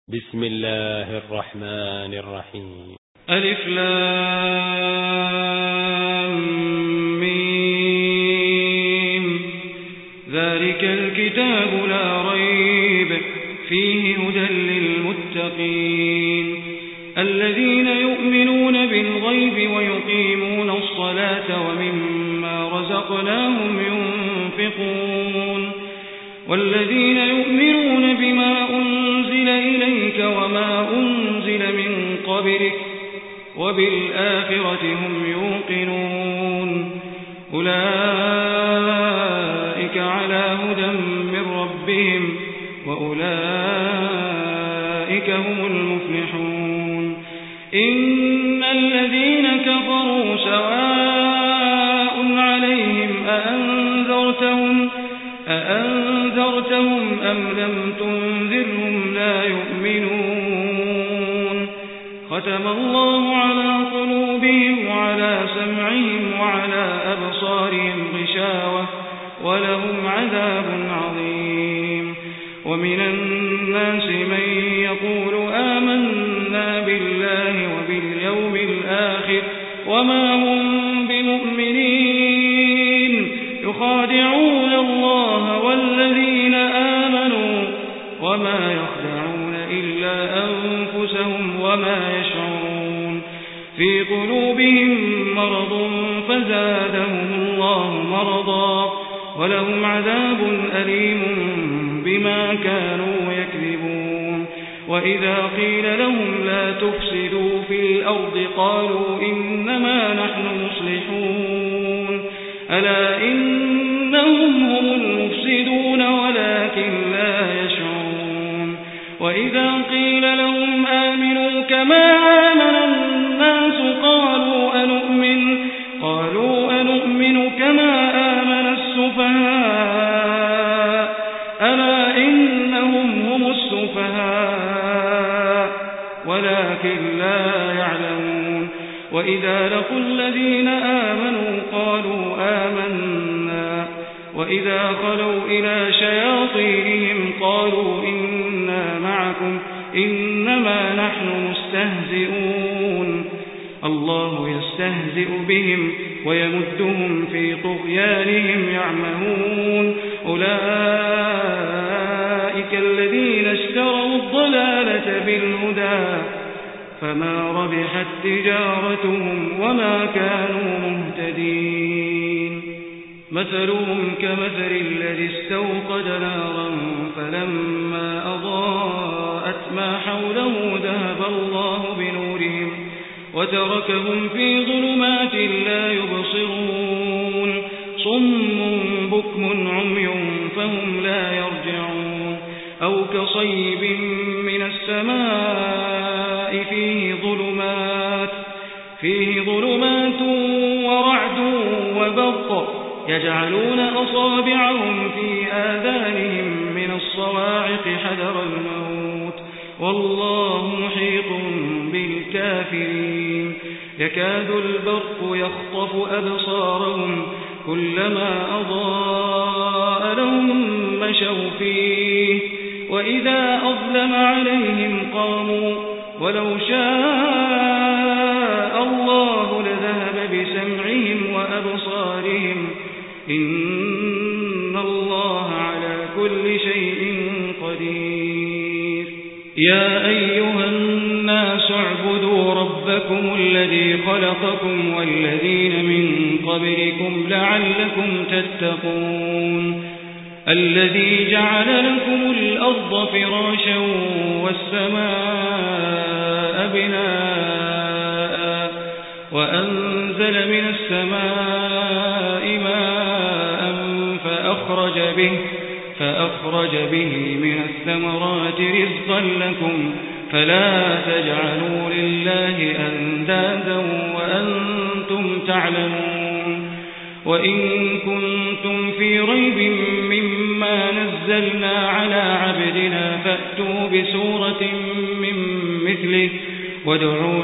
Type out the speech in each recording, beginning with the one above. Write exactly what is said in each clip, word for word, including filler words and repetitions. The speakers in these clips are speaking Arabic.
بسم الله الرحمن الرحيم. ألف لام ميم. ذلك الكتاب لا ريب فيه هدى للمتقين الذين يؤمنون بالغيب ويقيمون الصلاة ومما رزقناهم ينفقون والذين يؤمنون بما أنزل إليك وما أنزل من قبلك وبالآخرة هم يوقنون أولئك على هدى من ربهم وأولئك هم المفلحون. إن الذين كفروا سواء عليهم أأنذرتهم أأنذرتهم أم لم تنذرهم لا يؤمنون. ختم الله على قلوبهم وعلى سمعهم وعلى أبصارهم غشاوة ولهم عذاب عظيم. ومن الناس من يقول آمنا بالله وباليوم الآخر وما هم بمؤمنين يخادعون الله والذين آمنوا وما يخدعون إلا أنفسهم وما يشعرون. في قلوبهم مرض فزادهم الله مرضا ولهم عذاب أليم بما كانوا يكذبون. وإذا قيل لهم لا تفسدوا في الأرض قالوا إنما نحن مصلحون ألا إنهم هم المفسدون ولكن لا يشعرون. وإذا قيل لهم آمنوا كما آمن الناس قالوا أنؤمن قالوا أنؤمن كما آمن السفهاء ألا إنهم هم السفهاء ولكن لا يعلمون. وإذا لقوا الذين آمنوا قالوا آمنا وإذا خلوا إلى شياطينهم قالوا إنا معكم إنما نحن مستهزئون. الله يستهزئ بهم ويمدهم في طغيانهم يعمهون. أولئك الذين اشتروا الضلالة بالهدى فما ربحت تجارتهم وما كانوا مهتدين. مثلهم كمثل الذي استوقد نارا فلما أضاءت ما حوله ذهب الله بنورهم وتركهم في ظلمات لا يبصرون. صم بكم عمي فهم لا يرجعون. أو كصيب من السماء فيه ظلمات فيه ظلمات ورعد وبرق يجعلون أصابعهم في آذانهم من الصواعق حذر الموت والله محيط بالكافرين. يكاد البرق يخطف أبصارهم كلما أضاء لهم مشوا فيه وإذا أظلم عليهم قاموا ولو شاء الله لذهب بسمعهم وأبصارهم إن الله على كل شيء قدير. يا أيها الناس اعبدوا ربكم الذي خلقكم والذين من قبلكم لعلكم تتقون الذي جعل لكم الأرض فراشا والسماء بناء وأنزل من السماء ماء فأخرج به فأخرج به من الثمرات رزقا لكم فلا تجعلوا لله أندادا وأنتم تعلمون. وإن كنتم في ريب مما نزلنا على عبدنا فأتوا بسورة من مثله وادعوا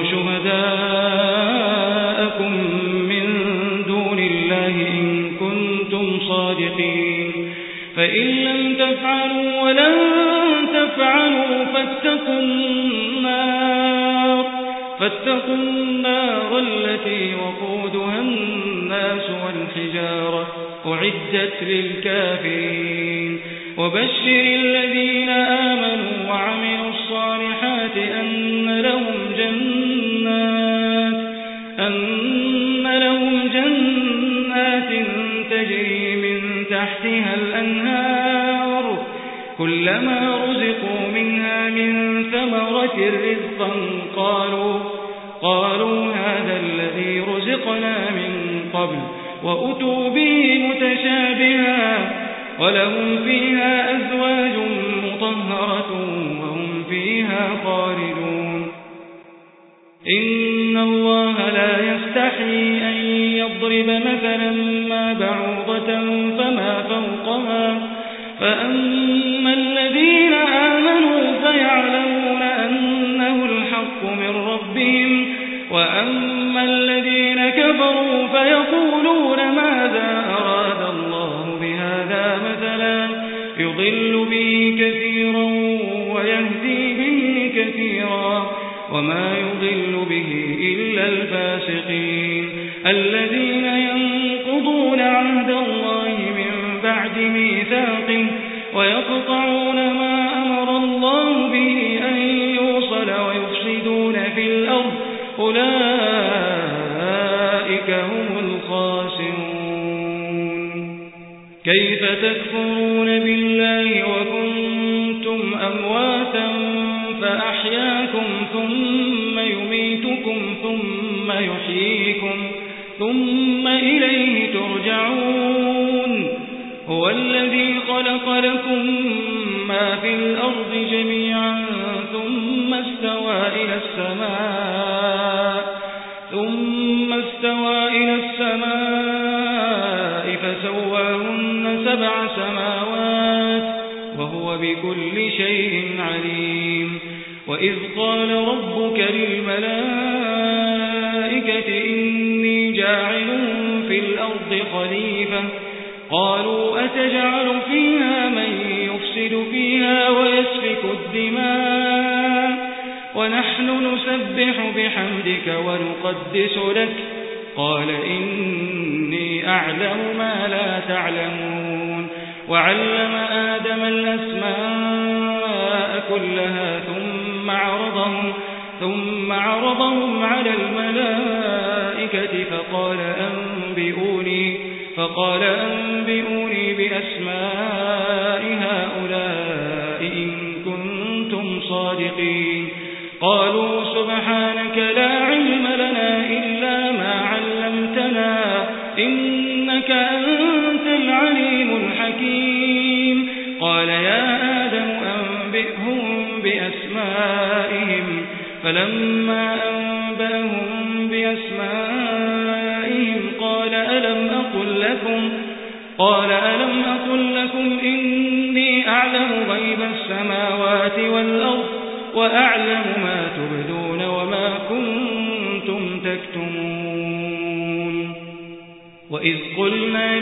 شهداءكم من دون الله إن كنتم صادقين. فإن لم تفعلوا ولن تفعلوا فاتقوا النار فاتقوا النار التي وقودها الناس والحجارة أعدت للكافرين وبشر الذين آمنوا وعملوا الصالحات أن لهم جنات أن لهم جنات تجري من تحتها الأنهار كلما رزقوا منها من ثمرة رزقا قالوا قالوا هذا الذي رزقنا من قبل وأتوا به متشابها ولهم فيها أزواج مطهرة وهم فيها خالدون إن الله لا يستحي أن يضرب مثلا ما بعوضة فما فوقها فأما الذين آمنوا فيعلمون أنه الحق من ربهم وأما الذين كفروا فيقولون ماذا أراد الله بهذا مثلا يضل به كثيرا ويهدي به كثيرا وما يضل به إلا الفاسقين الذين ينقضون عهد الله من بعد ميثاقه ويقطعون ما أمر الله به أن يوصل ويفسدون في الأرض أولئك هم الخاسرون كيف تكفرون بالله وكنتم أمواتا فأحياكم ثم يميتكم ثم يحييكم ثم إليه ترجعون هو الذي خلق لكم ما في الأرض جميعا ثم استوى إلى السماء ثم استوى إلى السماء فسواهن سبع سماوات وهو بكل شيء عليم وإذ قال ربك للملائكة إني جاعل في الأرض خليفة قالوا أتجعل فيها من يفسد فيها ويسفك الدماء ونحن نسبح بحمدك ونقدس لك قال إني أعلم ما لا تعلمون وعلم آدم الأسماء كلها ثم عرضهم, ثم عرضهم على الملائكة فقال أنبئوني, فقال أنبئوني بأسماء هؤلاء إن كنتم صادقين قالوا سبحانك لا علم لنا إلا ما علمتنا إنك أنت العليم الحكيم قال يا آدم أنبئهم بأسمائهم فلما أنبأهم بأسمائهم قال ألم أقل لكم قال ألم أقل لكم إني أعلم غيب السماوات والأرض وأعلم ما تبدون وما كنتم تكتمون وإذ قلنا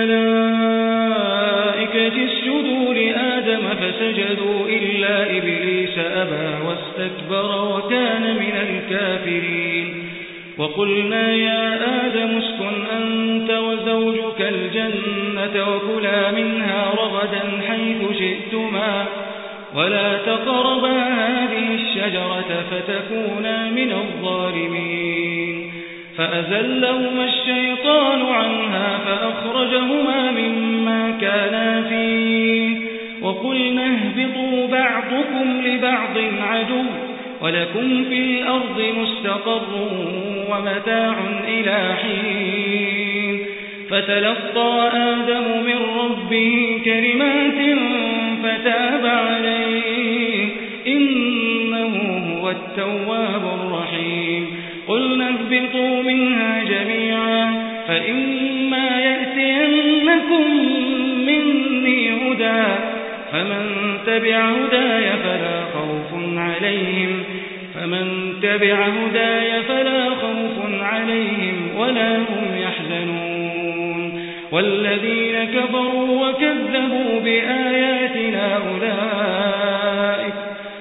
للملائكة اسجدوا لآدم فسجدوا إلا إبليس أبى واستكبر وكان من الكافرين وقلنا يا آدم اسكن أنت وزوجك الجنة وكلا منها رغدا حيث شئتما ولا تقربا هذه الشجرة فتكونا من الظالمين فأزلهما الشيطان عنها فأخرجهما مما كانا فيه وقلنا اهبطوا بعضكم لبعض عدو ولكم في الأرض مستقر ومتاع إلى حين فتلقى آدم من ربه كلمات فتاب عليه إنه هو التواب الرحيم قلنا اهبطوا منها جميعا فإما يأتينكم مني هدى فمن تبع هداي فلا خوف عليهم فمن تبع هداي فلا خوف عليهم ولا هم يحزنون والذين كفروا وكذبوا بآياتنا أولئك,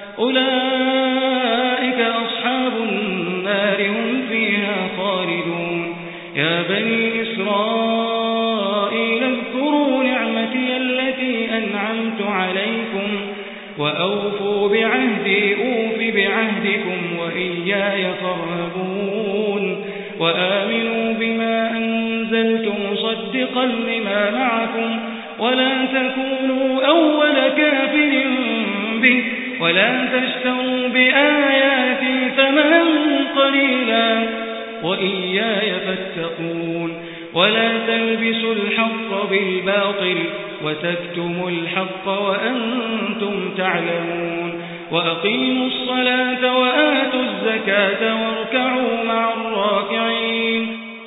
أولئك أصحاب النار هم فيها خالدون. يا بني إسرائيل اذكروا نعمتي التي أنعمت عليكم وأوفوا بعهدي أوف بعهدكم وإياي فارهبون. وآمنوا بما أنزلت مصدقا لما معكم ولا تكونوا أول كافر به ولا تشتروا بآياتي ثمنا قليلا وإياي فاتقون. ولا تلبسوا الحق بالباطل وتكتموا الحق وأنتم تعلمون. وأقيموا الصلاة وآتوا الزكاة واركعوا مع الراكعين.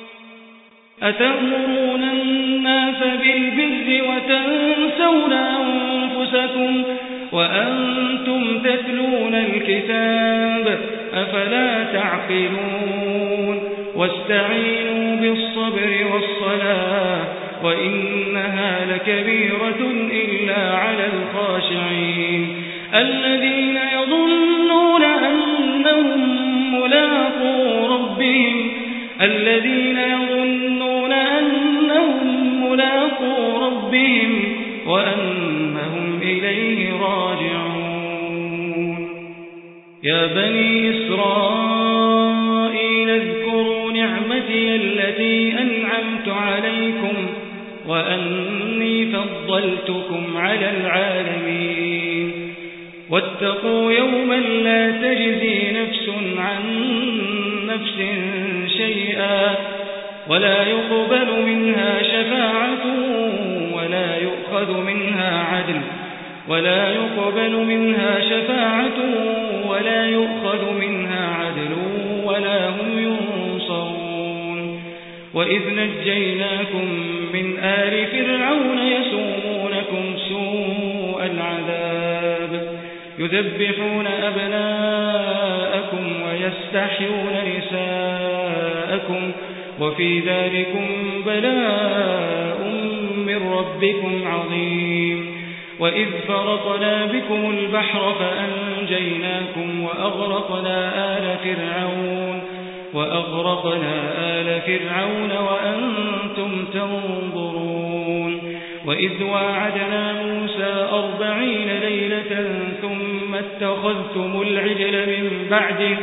أتأمرون الناس بالبر وتنسون أنفسكم وأنتم تتلون الكتاب أفلا تعقلون. واستعينوا بالصبر والصلاة وإنها لكبيرة إلا على الخاشعين الذين يظنون أنهم ملاقو ربهم الذين يظنون أنهم ملاقو ربهم وأنهم إليه راجعون. يا بني إسرائيل اذكروا نعمتي التي أنعمت عليكم وأني فضلتكم على العالمين. واتقوا يوما لا تجزي نفس عن نفس شيئا ولا يقبل منها شفاعة ولا يؤخذ منها عدل ولا يقبل منها شفاعة ولا يؤخذ منها عدل ولا هم ينصرون. وإذ نجيناكم من آل فرعون يسومونكم سوء العذاب يذبحون أبناءكم ويستحيون نساءكم وفي ذلكم بلاء من ربكم عظيم. وإذ فرقنا بكم البحر فأنجيناكم وأغرقنا آل فرعون وأغرقنا آل فرعون وأنتم تنظرون. وإذ واعدنا موسى أربعين ليلة ثم اتخذتم العجل من بعده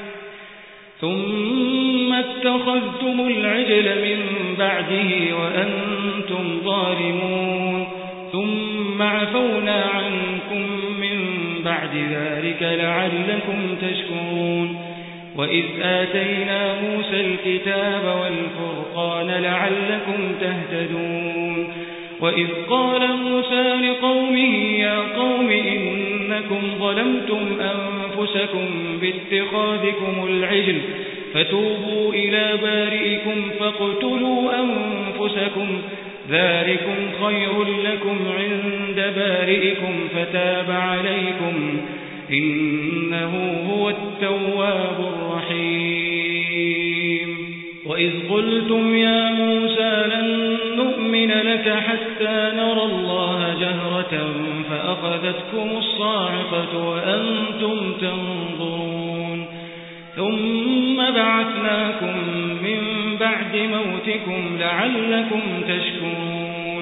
ثم اتخذتم العجل من بعده وأنتم ظالمون ثم عفونا عنكم من بعد ذلك لعلكم تشكرون. وإذ آتينا موسى الكتاب والفرقان لعلكم تهتدون. وإذ قال موسى لقومه يا قوم إنكم ظلمتم أنفسكم باتخاذكم العجل فتوبوا إلى بارئكم فاقتلوا أنفسكم ذلكم خير لكم عند بارئكم فتاب عليكم إنه هو التواب الرحيم. وإذ قلتم يا موسى لن نؤمن لك حتى نرى الله جهرة فأخذتكم الصاعقة وأنتم تنظرون ثم بعثناكم من بعد موتكم لعلكم تشكرون.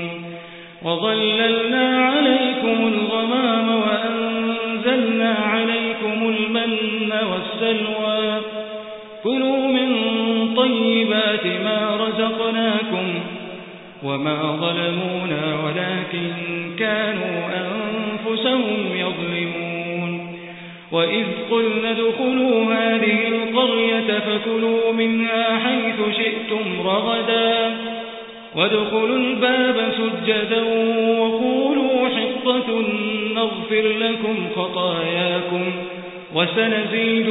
وظللنا عليكم الغمام وأنزلنا عليكم المن والسلوى كلوا من طيبات ما رزقناكم وما ظلمونا ولكن كانوا أنفسهم يظلمون. وإذ قلنا ادخلوا هذه القرية فكلوا منها حيث شئتم رغدا وادخلوا الباب سجدا وقولوا حطة نغفر لكم خطاياكم وسنزيد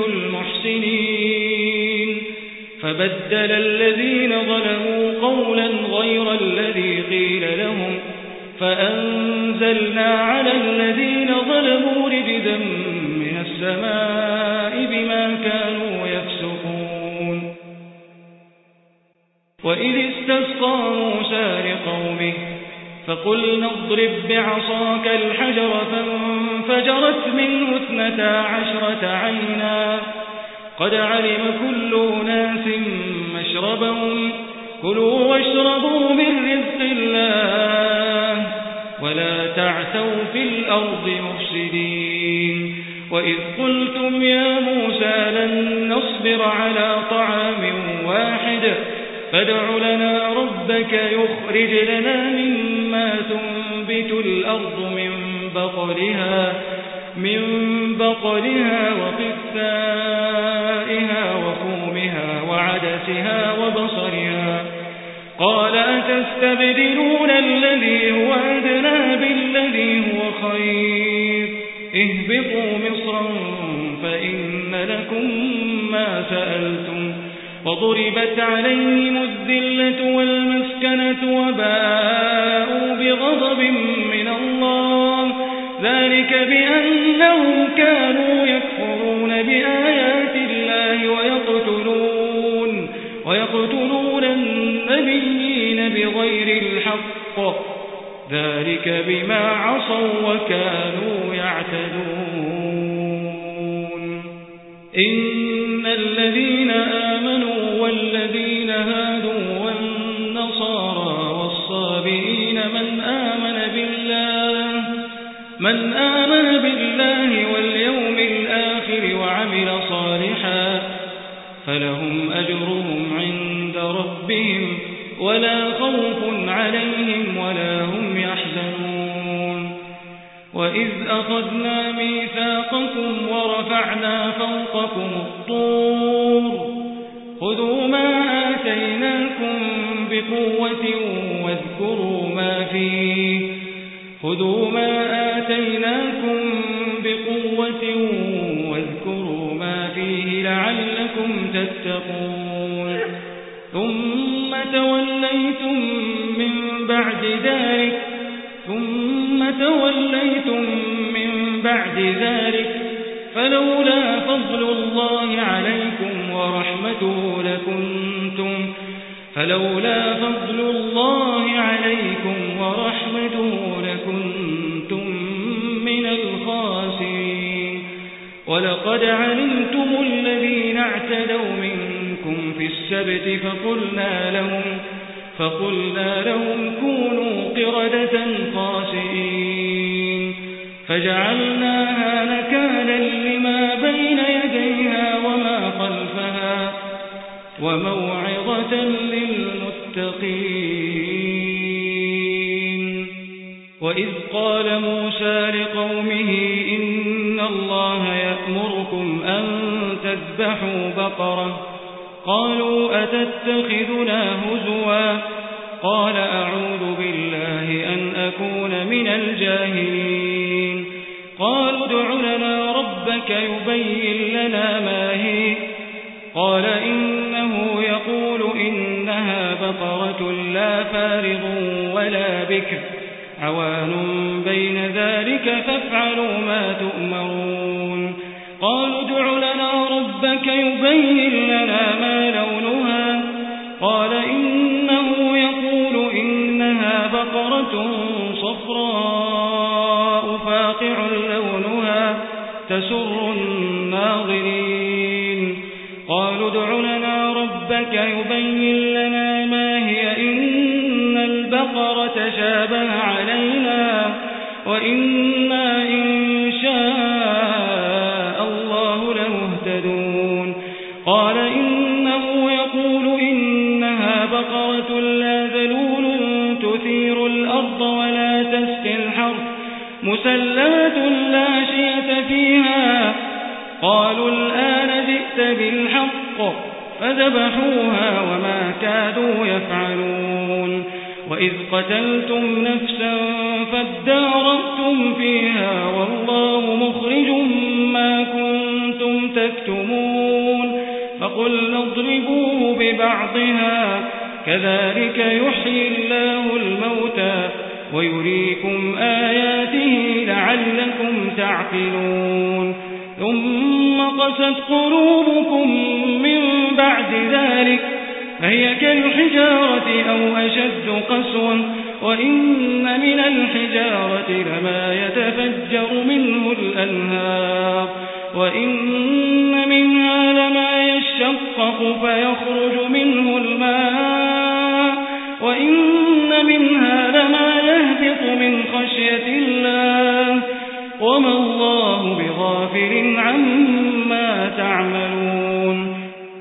المحسنين. فبدل الذين ظلموا قولا غير الذي قيل لهم فأنزلنا على الذين ظلموا رجزا من السماء بما كانوا يفسقون. وإذ استسقى موسى لقومه فقلنا اضرب بعصاك الحجر فانفجرت منه اثنتا عشرة عينا قد علم كل أناس مشربهم كلوا واشربوا من رزق الله ولا تعثوا في الأرض مفسدين وإذ قلتم يا موسى لن نصبر على طعام واحد فادع لنا ربك يخرج لنا مما تنبت الأرض من بقلها من بقلها وقثائها وفومها وعدسها وبصرها قال أتستبدلون الذي هو أدنى بالذي هو خير اهبطوا مصرا فإن لكم ما سألتم وضربت عليهم الذلة والمسكنة وباءوا بغضب من الله ذلك بأنهم كانوا يكفرون بآيات الله ويقتلون ويقتلون النبيين بغير الحق ذلك بما عصوا وكانوا يعتدون إن الذين آمنوا والذين هادوا والنصارى والصابئين من آمن بالله من آمن بالله واليوم الآخر وعمل صالحا فلهم أجرهم عند ربهم ولا خوف عليهم ولا هم يحزنون وإذ أخذنا ميثاقكم ورفعنا فوقكم الطور خذوا ما آتيناكم بقوة واذكروا ما فيه خذوا ما آتيناكم بقوة واذكروا ما فيه لعلكم تتقون ثم توليتم من بعد ذلك ثم توليتم من بعد ذلك فلولا فضل الله عليكم ورحمته لكنتم فلولا فضل الله عليكم ورحمته لكنتم من الخاسرين ولقد علمتم الذين اعتدوا منكم في السبت فقلنا لهم فقلنا لهم كونوا قردة خاسئين فجعلناها نكالا لما بين يديها وما خلفها وموعظة للمتقين وإذ قال موسى لقومه إن الله يأمركم أن تذبحوا بقرة قالوا أتتخذنا هزوا قال أعوذ بالله أن أكون من الجاهلين قالوا ادع لنا ربك يبين لنا ما هي قال إنه يقول إنها بقرة لا فارض ولا بكر عوان بين ذلك فافعلوا ما تؤمرون قالوا ادع لنا ربك يبين لنا ما لونها قال إنه يقول إنها بقرة صفراء فاقع لونها تسر الناظرين قالوا ادع لنا ربك يبين لنا ما هي إن البقرة شابه علينا وإنا إن شاء الله لمهتدون قال إنه يقول إنها بقرة لا ذلول تثير الأرض ولا تسقي الحرث مسلمة لا شية فيها قالوا الآن جئت بالحق فذبحوها وما كادوا يفعلون وإذ قتلتم نفسا فادارأتم فيها والله مخرج ما كنتم تكتمون فقلنا اضربوه ببعضها كذلك يحيي الله الموتى ويريكم آياته لعلكم تعقلون ثم قست قلوبكم من بعد ذلك فهي كالحجارة أو أشد قسوة وإن من الحجارة لما يتفجر منه الأنهار وإن منها لما يشقق فيخرج منه الماء وإن منها لما يهبط من خشية الله وما الله بغافل عما تعملون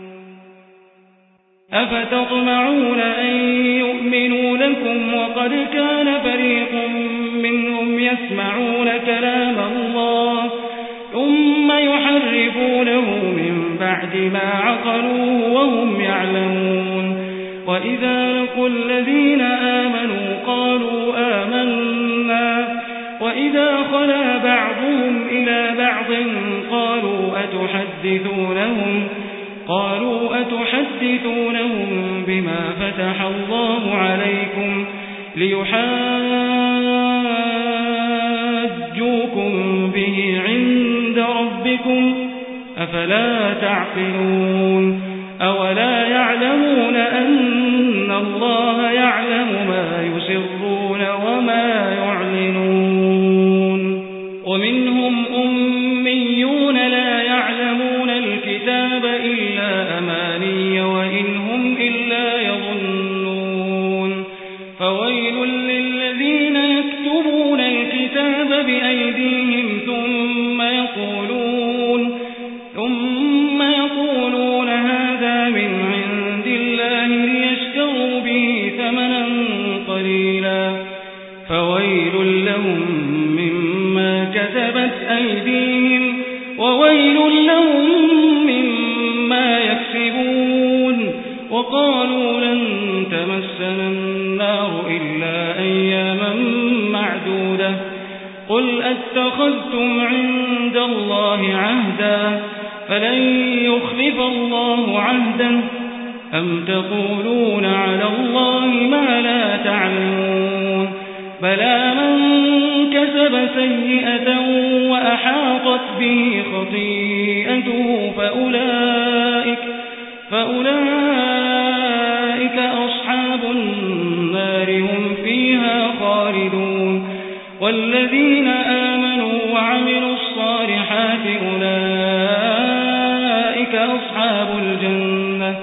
أفتطمعون أن يؤمنوا لكم وقد كان فريق منهم يسمعون كلام الله ثم يحرفونه من بعد ما عقلوه وهم يعلمون وإذا لقوا الذين آمنوا قالوا آمنا وإذا خلا بعضهم إلى بعض قالوا أتحدثونهم قالوا أتحدثونهم بما فتح الله عليكم ليحاجوكم به عند ربكم أفلا تعقلون أولا يعلمون أن الله يعلم ما يسرون وما يعلنون ومنهم أميون لا يعلمون الكتاب إلا أماني وإن هم إلا يظنون فويل للذين يكتبون الكتاب بأيديهم ثم يقولون ثم يقولون هذا من عند الله ليشتروا به ثمنا قليلا فويل لهم مما كتبت أيديهم وويل لهم مما يكسبون وقالوا لن تمسنا النار إلا أياما معدودة قل أتخذتم عند الله عهدا فلن يخلف الله عهدا أم تقولون على الله ما لا تعلمون بلى من كسب سيئة وأحاطت به خطيئته فأولئك, فأولئك أصحاب النار هم فيها خالدون والذين آمنوا وعملوا الصالحات أولئك أصحاب الجنة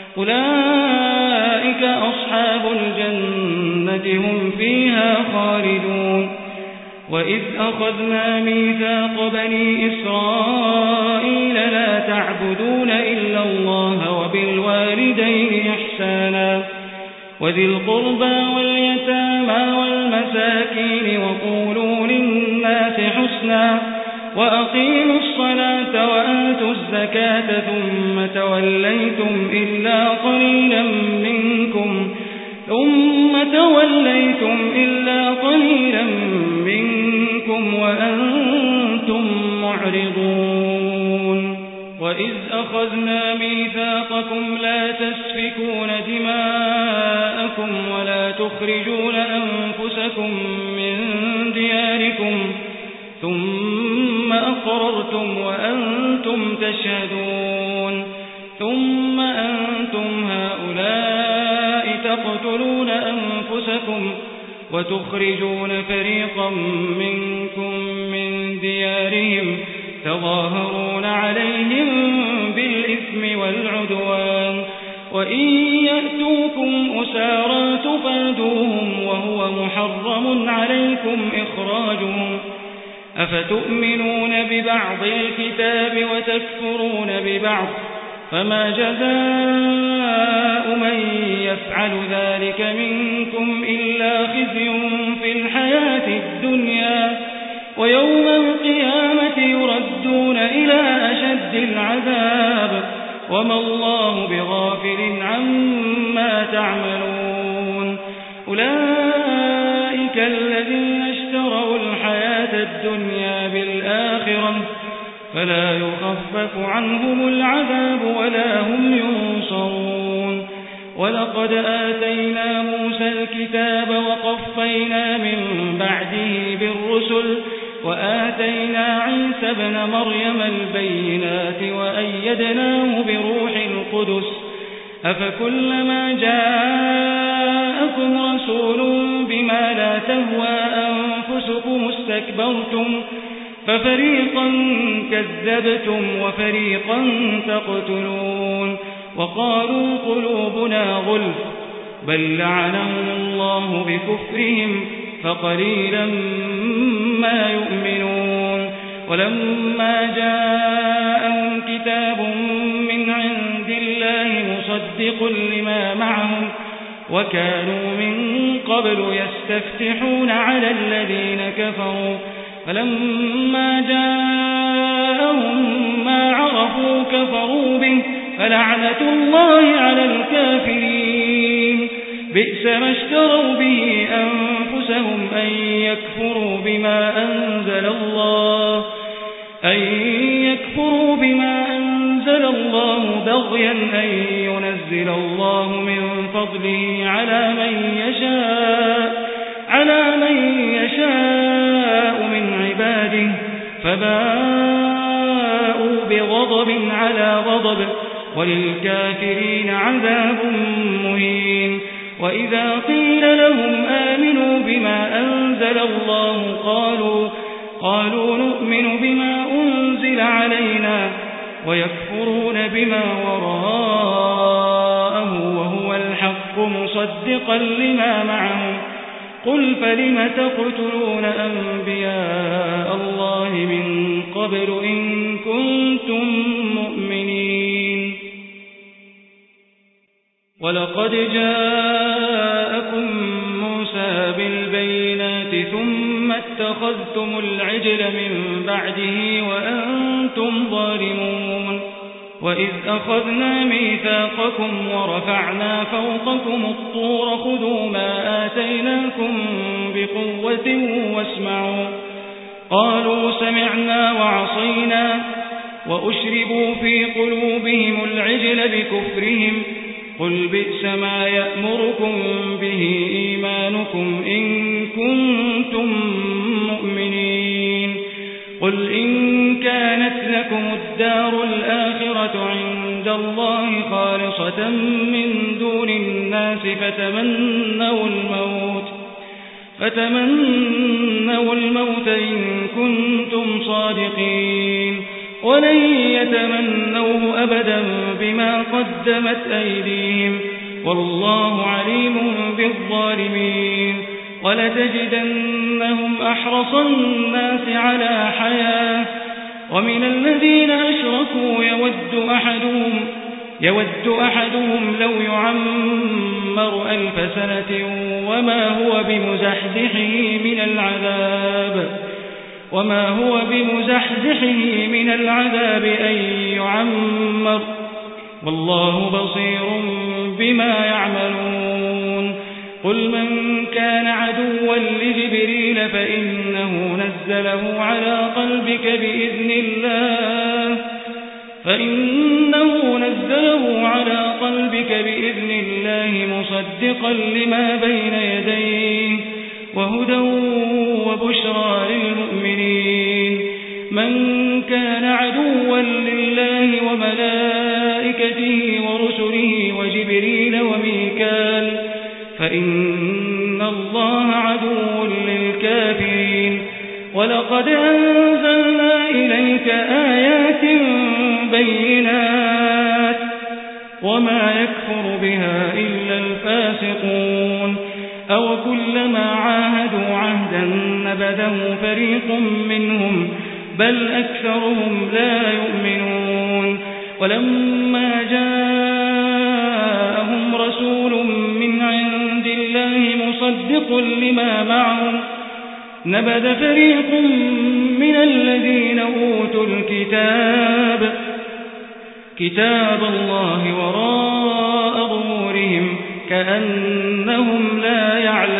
أولئك أصحاب الجنة هم فيها خالدون وإذ أخذنا ميثاق بني إسرائيل لا تعبدون إلا الله وبالوالدين إحسانا وذي القربى واليتامى والمساكين وقولوا للناس حسنا وأقيموا الصلاة وآتوا الزكاة ثم توليتم إلا قليلا منكم ثم توليتم إلا قليلا منكم وأنتم معرضون وإذ أخذنا ميثاقكم لا تسفكون دماءكم ولا تخرجون أنفسكم من دياركم ثم أقررتم وأنتم تشهدون ثم أنتم هؤلاء تقتلون أنفسكم وتخرجون فريقا منكم من ديارهم تظاهرون عليهم بالإثم والعدوان وإن يأتوكم أسارى تفادوهم وهو محرم عليكم إخراجهم أفتؤمنون ببعض الكتاب وتكفرون ببعض فما جزاء من يفعل ذلك منكم إلا خزي في الحياة الدنيا ويوم القيامة يردون إلى أشد العذاب وما الله بغافل عما تعملون أولئك الذين اشتروا الحياة الدنيا بالآخرة فلا يخفف عنهم العذاب ولا هم ينصرون ولقد آتينا موسى الكتاب وقفينا من بعده بالرسل وآتينا عيسى ابن مريم البينات وأيدناه بروح القدس أفكلما جاءكم رسول بما لا تهوى أنفسكم استكبرتم ففريقا كذبتم وفريقا تقتلون وقالوا قلوبنا غلف بل لعنهم الله بكفرهم فقليلا ما يؤمنون ولما جاءهم كتاب من عند الله مصدق لما معهم وكانوا من قبل يستفتحون على الذين كفروا فلما جاءهم ما عرفوا كفروا به فلعنة الله على الكافرين بئس ما اشتروا به أنفسهم أن يكفروا بما أنزل الله أن يكفروا بما أنزل الله بغيا أن ينزل الله من فضله على من يشاء على من يشاء من عباده فباءوا بغضب على غضب وللكافرين عذاب مهين وإذا قيل لهم آمنوا بما أنزل الله قالوا قالوا نؤمن بما أنزل علينا ويكفرون بما وراءه وهو الحق مصدقا لما معهم قل فلم تقتلون أنبياء الله من قبل إن كنتم مؤمنين ولقد جاءكم موسى بالبينات ثم اتخذتم العجل من بعده وأنتم ظالمون وإذ أخذنا ميثاقكم ورفعنا فوقكم الطور خذوا ما آتيناكم بقوة واسمعوا قالوا سمعنا وعصينا وأشربوا في قلوبهم العجل بكفرهم قل بئس ما يأمركم به إيمانكم إن كنتم مؤمنين قل إن كانت لكم الدار الآخرة عند الله خالصة من دون الناس فتمنوا الموت فتمنوا الموت إن كنتم صادقين ولن يتمنوه أبدا بما قدمت أيديهم والله عليم بالظالمين ولتجدنهم أحرص الناس على حياة ومن الذين أشركوا يود أحدهم يود أحدهم لو يعمر ألف سنة وما هو بمزحزحه من العذاب وما هو بمزحزحه من العذاب أن يعمر والله بصير بما يعملون قل من كان عدوا لجبريل فإنه نزله على قلبك بإذن الله فإنه نزله على قلبك بإذن الله مصدقا لما بين يديه وهدى وبشرى للمؤمنين من كان عدوا لله وملائكته ورسله وجبريل وميكال فإن الله عدو للكافرين ولقد أنزلنا إليك آيات بينات وما يكفر بها إلا الفاسقون أو كلما عاهدوا عهدا نبذه فريق منهم بل أكثرهم لا يؤمنون ولما جاءهم رسول من عند الله مصدق لما معهم نبذ فريق من الذين أوتوا الكتاب كتاب الله وراء ظهورهم كأنهم لا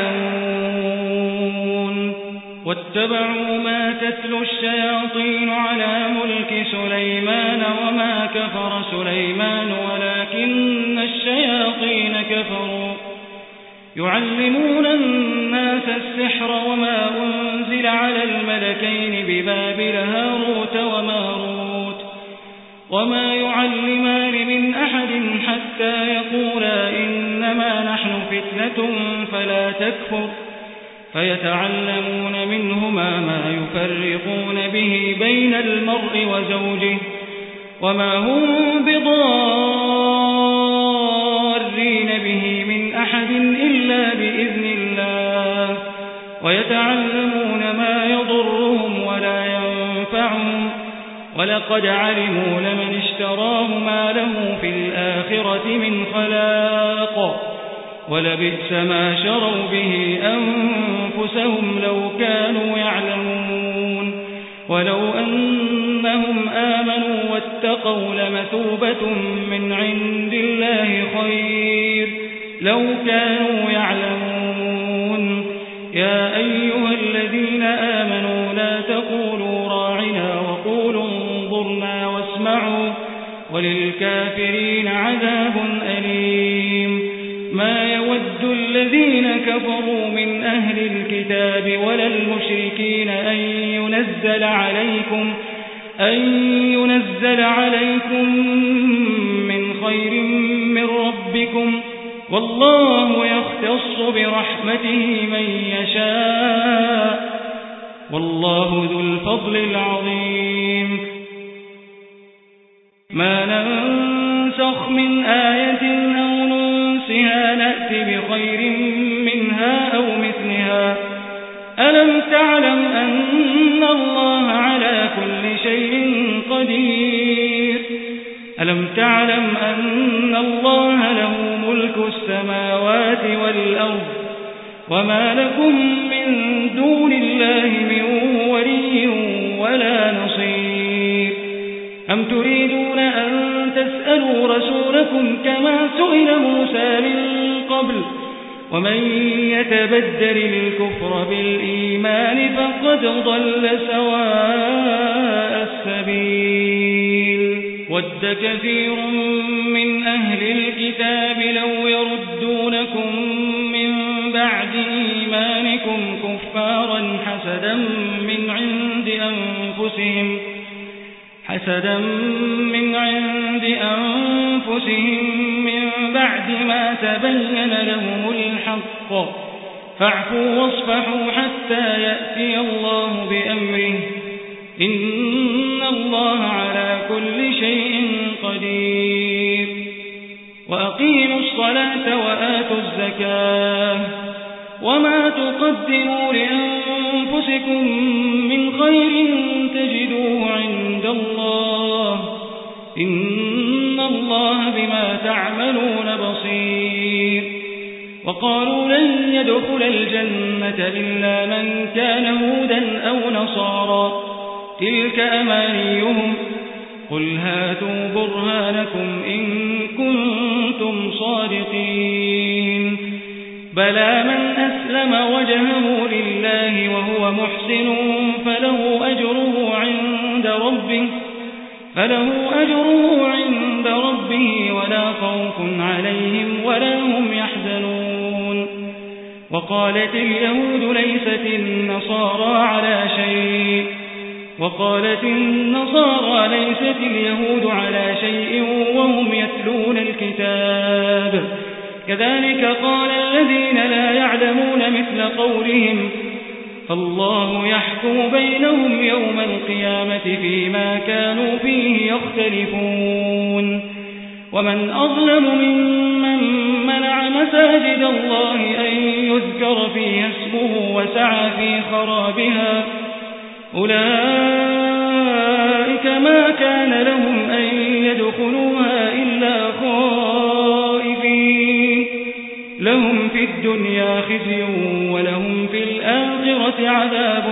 يعلمون واتبعوا ما تتلو الشياطين على ملك سليمان وما كفر سليمان ولكن الشياطين كفروا يعلمون الناس السحر وما أنزل على الملكين ببابل هاروت وماروت وما يعلمان من أحد حتى يقولا إنما نحن فتنة فلا تكفر فيتعلمون منهما ما يفرقون به بين المرء وزوجه وما هم بضارين به من أحد إلا بإذن الله ويتعلمون ما يضرهم ولا ينفعهم ولقد علموا لمن اشتراه ما له في الآخرة من خلاق ولبئس ما شروا به أنفسهم لو كانوا يعلمون ولو أنهم آمنوا واتقوا لمثوبة من عند الله خير لو كانوا يعلمون يا أيها الذين آمنوا لا تقولوا راعنا وقولوا انظرنا واسمعوا وللكافرين عذاب أليم ما يود الذين كفروا من أهل الكتاب ولا المشركين أن ينزل عليكم أن ينزل عليكم من خير من ربكم والله يختص برحمته من يشاء والله ذو الفضل العظيم ما ننسخ من آية أو ننسها نأتي بخير منها أو مثلها ألم تعلم أن الله على كل شيء قدير ألم تعلم أن الله له ملك السماوات والأرض وما لكم من دون الله من ولي ولا نصير أم تريدون أن تسألوا رسولكم كما سئل موسى من قبل ومن يتبدل الكفر بالإيمان فقد ضل سواء السبيل ود كثير من أهل الكتاب لو يردونكم من بعد إيمانكم كفارا حسدا من عند أنفسهم حسدا من عند أنفسهم من بعد ما تبين لهم الحق فاعفوا واصفحوا حتى يأتي الله بأمره إن الله على كل شيء قدير وأقيموا الصلاة وآتوا الزكاة وما تقدموا لأنفسكم من خير تجدوه عند الله إن الله بما تعملون بصير وقالوا لن يدخل الجنة إلا من كان هودا أو نصارى تلك أمانيهم قل هاتوا برهانكم إن كنتم صادقين بلى من أسلم وجهه لله وهو محسن فله أجره عند ربه فله أجره عند ربه ولا خوف عليهم ولا هم يحزنون وقالت اليهود ليست النصارى على شيء وقالت النصارى ليست اليهود على شيء وهم يتلون الكتاب كذلك قال الذين لا يعلمون مثل قولهم فالله يحكم بينهم يوم القيامة فيما كانوا فيه يختلفون ومن أظلم ممن منع مساجد الله أن يذكر فيها اسمه وسعى في خرابها أولئك ما كان لهم أن يدخلوها إلا خائفين لهم في الدنيا خزي ولهم في الآخرة عذاب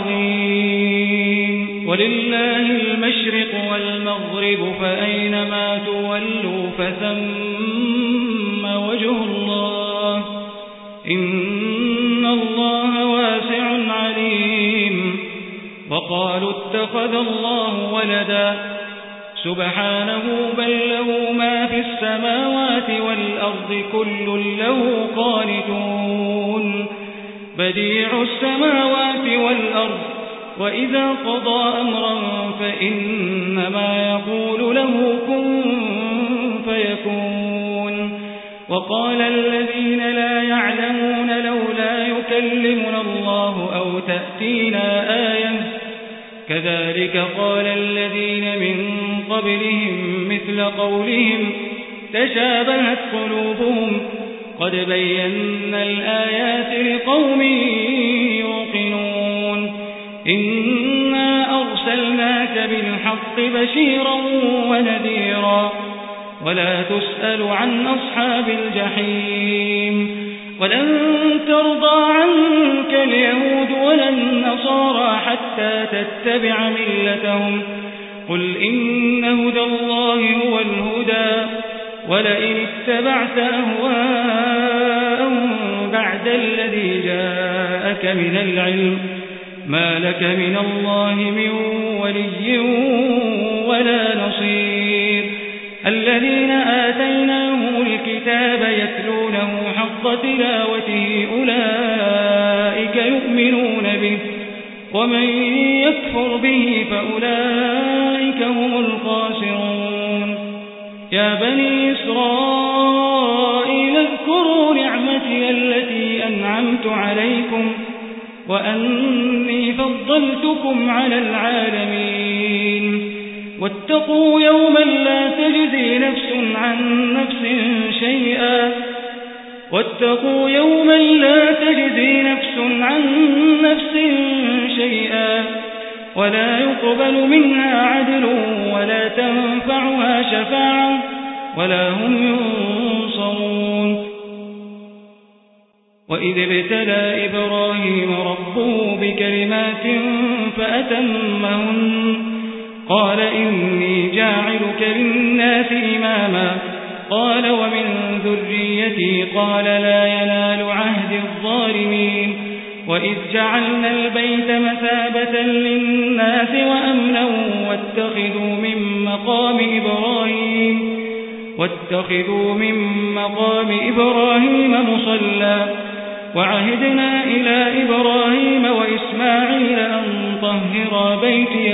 عظيم ولله المشرق والمغرب فأينما تولوا فثم وجه الله إن الله واسع عليم وقالوا اتخذ الله ولدا سبحانه بل له ما في السماوات والأرض كل له قانتون بديع السماوات والأرض وإذا قضى أمرا فإنما يقول له كن فيكون. وقال الذين لا يعلمون لولا يكلمنا الله أو تأتينا آية كذلك قال الذين من قبلهم مثل قولهم تشابهت قلوبهم قد بينا الآيات لقوم يوقنون. إنا أرسلناك بالحق بشيرا ونذيرا ولا تسأل عن أصحاب الجحيم. ولن ترضى عنك اليهود ولا النصارى حتى تتبع ملتهم قل إن هدى الله هو الهدى ولئن اتبعت أهواءهم بعد الذي جاءك من العلم ما لك من الله من ولي ولا نصير. الذين آتيناهم الكتاب يتلونه حق تلاوته أولئك يؤمنون به ومن يكفر به فأولئك هم الخاسرون. يا بني إسرائيل اذكروا نعمتي التي أنعمت عليكم وأني فضلتكم على العالمين. واتقوا يوما لا تجزي نفس عن نفس شيئا واتقوا يوما لا تجزي نفس عن نفس شيئا ولا يقبل منها عدل ولا تنفعها شفاعة ولا هم ينصرون. وإذ ابتلى إبراهيم ربه بكلمات فأتمهن قال إني جاعلك للناس إماما قال ومن ذريتي قال لا ينال عهد الظالمين. وإذ جعلنا البيت مثابة للناس وأمنا واتخذوا من مقام إبراهيم واتخذوا من مقام إبراهيم مصلى وعهدنا إلى إبراهيم وإسماعيل أن طهر بيتي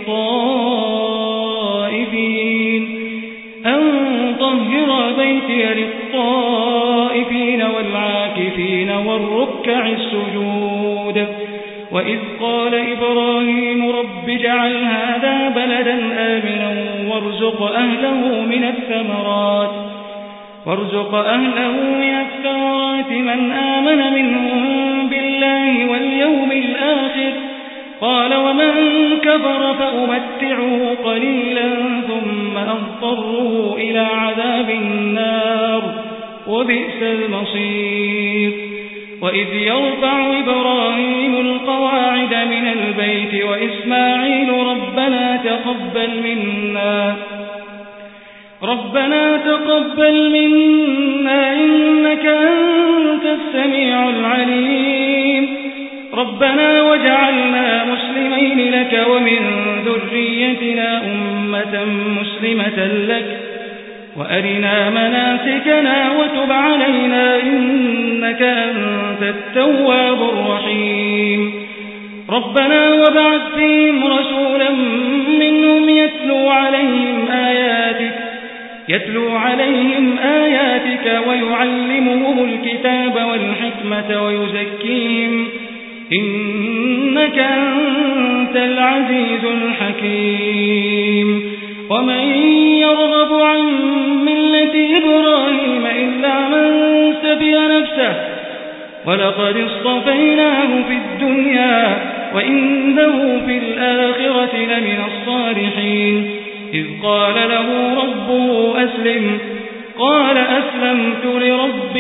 للطائفين أن طهر بيتي للطائفين والعاكفين والركع السجود. وإذ قال إبراهيم رب اجعل هذا بلدا آمنا وارزق أهله من الثمرات وارزق أهله من الثمرات من آمن منهم بالله واليوم الآخر قال ومن كفر فأمتعه قليلا ثم أضطره إلى عذاب النار وبئس المصير. وإذ يرفع إبراهيم القواعد من البيت وإسماعيل ربنا تقبل منا ربنا تقبل منا إنك أنت السميع العليم ربنا وجعلنا مسلمين لك ومن ذريتنا أمة مسلمة لك وأرنا مناسكنا وتب علينا إنك أنت التواب الرحيم. ربنا وبعث فيهم رسولا منهم يتلو عليهم آياتك يتلو عليهم آياتك ويعلمهم الكتاب والحكمة ويزكيهم إنك أنت العزيز الحكيم. ومن يرغب عن ملة إبراهيم إلا من سفه نفسه ولقد اصطفيناه في الدنيا وإنه في الآخرة لمن الصالحين. إذ قال له ربه أسلم قال أسلمت لرب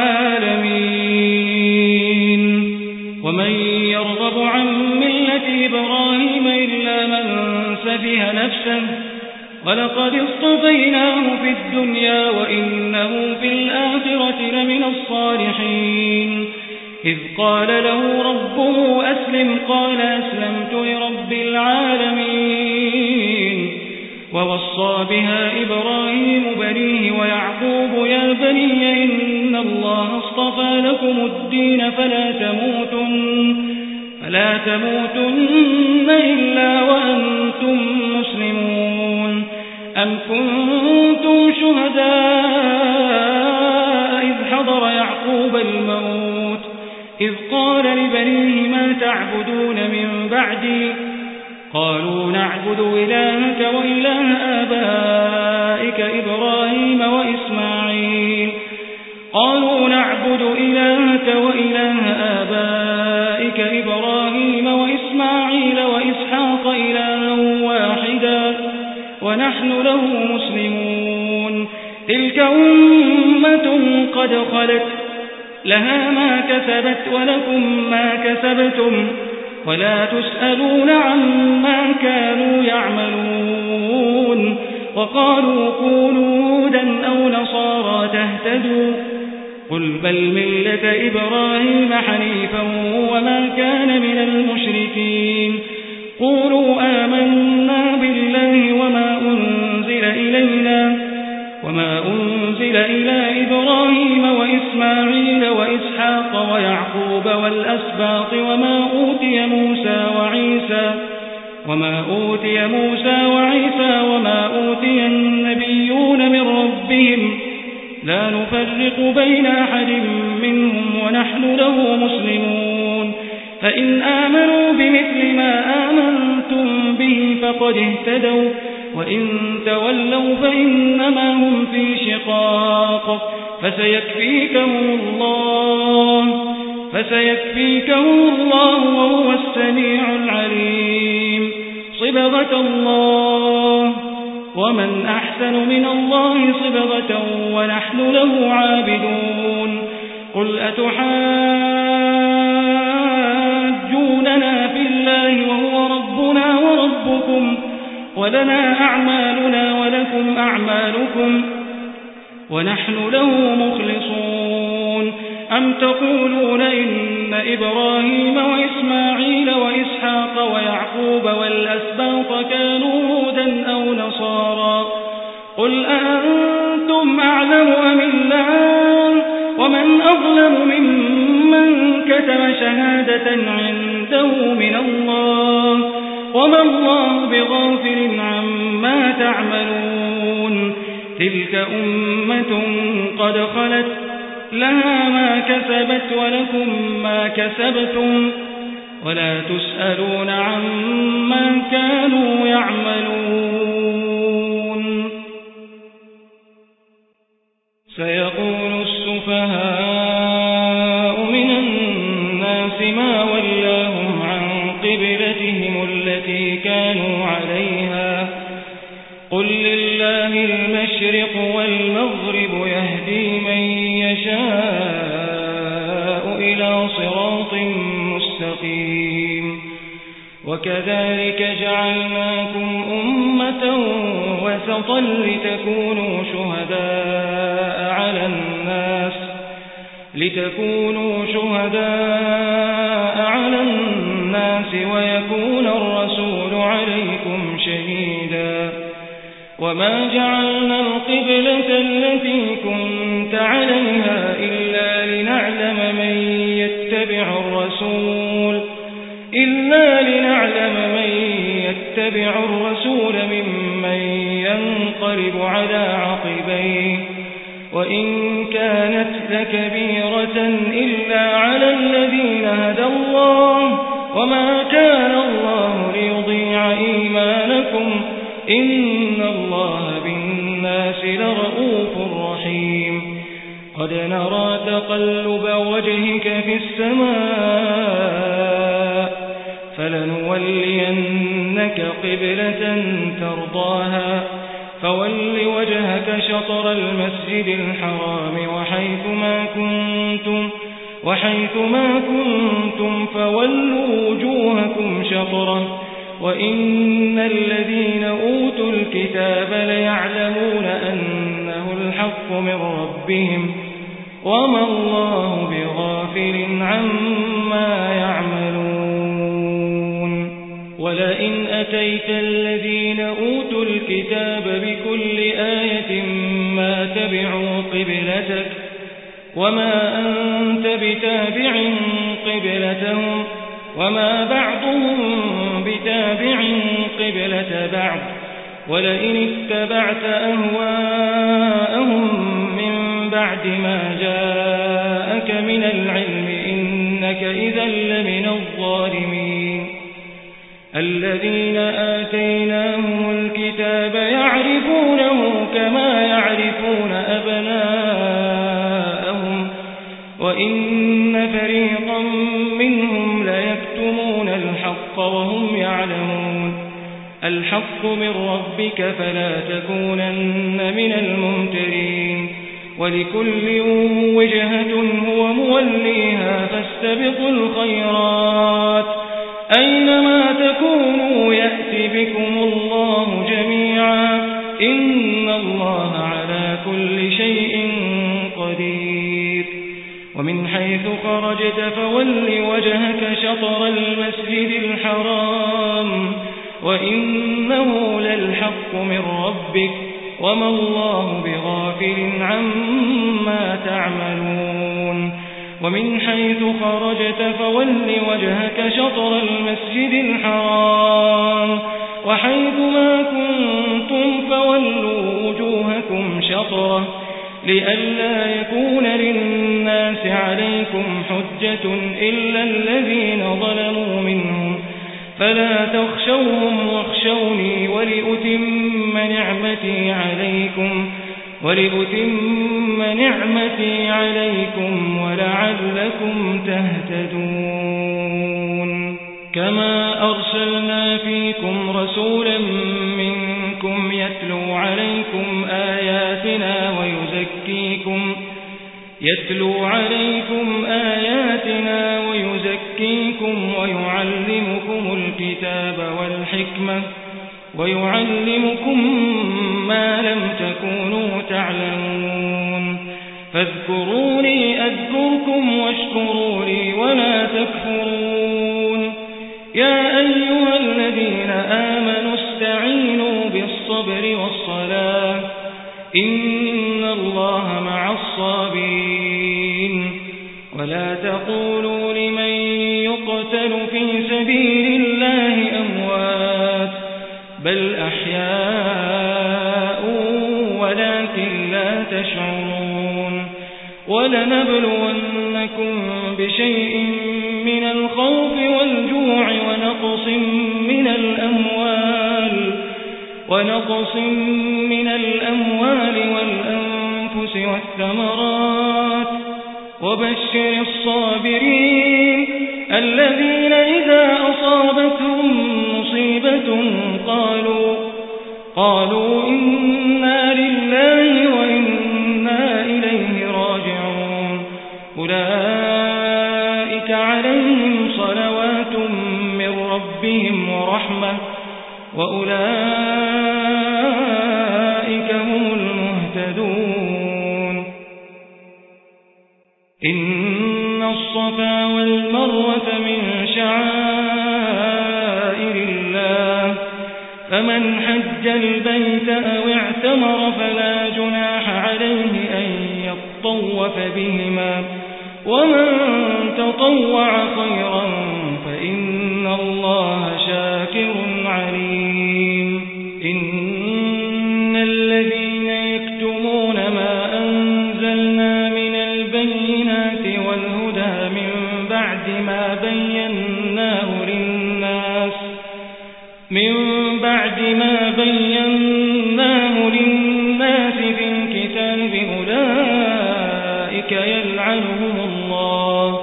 العالمين. ومن يرغب عن ملة إبراهيم إلا من سفه نفسه ولقد اصطفيناه في الدنيا وإنه في الآخرة لمن الصالحين. إذ قال له ربه أسلم قال أسلمت لرب العالمين. ووصى بها إبراهيم بنيه ويعقوب يا بني إن الله اصطفى لكم الدين فلا تموتن ولا تموتن إلا وأنتم مسلمون. أم كنتم شهداء إذ حضر يعقوب الموت إذ قال لبنيه ما تعبدون من بعدي قالوا نعبد إلهك وإله آبائك إبراهيم وإسماعيل قالوا نعبد إلهك وإله آبائك إبراهيم وإسماعيل وإسحاق إلها واحدا ونحن له مسلمون. تلك أمة قد خلت لها ما كسبت ولكم ما كسبتم ولا تسألون عما كانوا يعملون. وقالوا كونوا هودا أو نصارى تهتدوا قل بل ملة إبراهيم حنيفا وما كان من المشركين. قولوا آمنا بالله وما أنزل إلينا وما أنزل إلى إبراهيم وإسماعيل وإسحاق ويعقوب والأسباط وما أوتي موسى وعيسى وما أوتي موسى وعيسى وما أوتي النبيون من ربهم لا نفرق بين أحد منهم ونحن له مسلمون. فإن آمنوا بمثل ما آمنتم به فقد اهتدوا وإن تولوا فإنما هم في شقاق فسيكفيكهم الله فسيكفيكهم الله وهو السميع العليم. صبغة الله ومن أحسن من الله صبغة ونحن له عابدون. قل أتحاجوننا في الله وهو ربنا وربكم ولنا أعمالنا ولكم أعمالكم ونحن له مخلصون. أم تقولون إن إبراهيم وإسماعيل وإسحاق ويعقوب والأسباط كانوا هودا أو نصارى قل أأنتم أعلم أم الله ومن أظلم ممن كتم شهادة عنده من الله وما الله بغافل عما تعملون. تلك أمة قد خلت لها ما كسبت ولكم ما كسبتم ولا تسألون عما كانوا يعملون. سيقول السفهاء من الناس ما ولاهم عن قبلتهم التي كانوا عليها قل لله المشرق والمغرب يهدي من يشاء إلى صراط مستقيم. وكذلك جعلناكم أمة وسطا لتكونوا شهداء على الناس لتكونوا شهداء على الناس ويكون الرسول عليكم شهيدا. وما جعلنا القبلة التي كنت عليها إلا لنعلم من يتبع الرسول إلا لنعلم من يتبع الرسول ممن ينقلب على عقبيه وإن كانت لكبيرة إلا على الذين هدى الله وما كان الله ليضيع إيمانكم إن الله بالناس لرؤوف رحيم. قد نرى تقلب وجهك في السماء فلنولينك قبلة ترضاها فول وجهك شطر المسجد الحرام وحيث ما كنتم وحيث ما كنتم فولوا وجوهكم شطره وإن الذين أوتوا الكتاب ليعلمون أنه الحق من ربهم وما الله بغافل عما يعملون. ولئن أتيت الذين أوتوا الكتاب بكل آية ما تبعوا قبلتك وما أنت بتابع قبلتهم وما بعضهم بتابع قبلة بعض ولئن اتبعت أهواءهم من بعد ما جاءك من العلم إنك إذا لمن الظالمين الذين آتيناهم الكتاب يعرفونه كما يعرفون أبناءهم وإن فريقا منهم ليكتمون الحق وهم يعلمون الحق من ربك فلا تكونن من الممترين ولكل وجهة هو موليها فاستبقوا الخيرات أينما تكونوا يأتي بكم الله جميعا إن الله على كل شيء قدير ومن حيث خرجت فول وجهك شطر المسجد الحرام وإنه للحق من ربك وما الله بغافل عما تعملون ومن حيث خرجت فول وجهك شطر المسجد الحرام وحيث ما كنتم فولوا وجوهكم شطره لئلا يكون للناس عليكم حجة إلا الذين ظلموا منهم فلا تخشوهم واخشوني ولأتم نعمتي عليكم ولأتم نعمتي عليكم ولعلكم تهتدون كما أرسلنا فيكم رسولا منكم يتلو عليكم آياتنا ويزكيكم يتلو عليكم آياتنا ويزكيكم ويعلمكم الكتاب والحكمة ويعلمكم ما لم تكونوا تعلمون فاذكروني أذكركم واشكروا لي ولا تكفرون يا أيها الذين آمنوا استعينوا بالصبر والصلاة إن الله مع الصابرين ولا تقولوا لمن يقتل في سبيل الله أموات بل أحياء ولكن لا تشعرون ولنبلونكم بشيء من الخوف والجوع ونقص من الأموال ونقص من الأموال والأنفس والثمرات وبشر الصابرين الذين إذا أصابتهم مصيبة قالوا قالوا إنا لله وإنا إليه راجعون أولئك عليهم صلوات من ربهم ورحمة وأولئك هم المهتدون إن الصفا والمروة من شعائر الله فمن حج البيت أو اعتمر فلا جناح عليه أن يطوف بهما ومن تطوع خيرا فإن الله شاكر عليم إن الذين يكتمون ما أنزلنا من البينات والهدى من بعد ما بيناه للناس من بعد ما بيناه للناس في الكتاب أولئك يلعنهم الله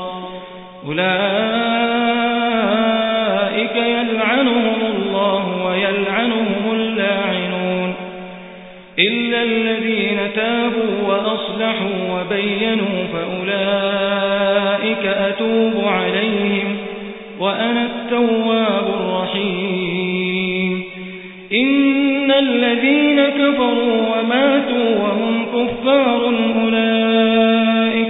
أولئك يلعنهم الله ويلعنهم اللاعنون إلا الذين تابوا وأصلحوا وبينوا فأولئك أتوب عليهم وأنا التواب الرحيم إن الذين كفروا وماتوا وهم كفار أولئك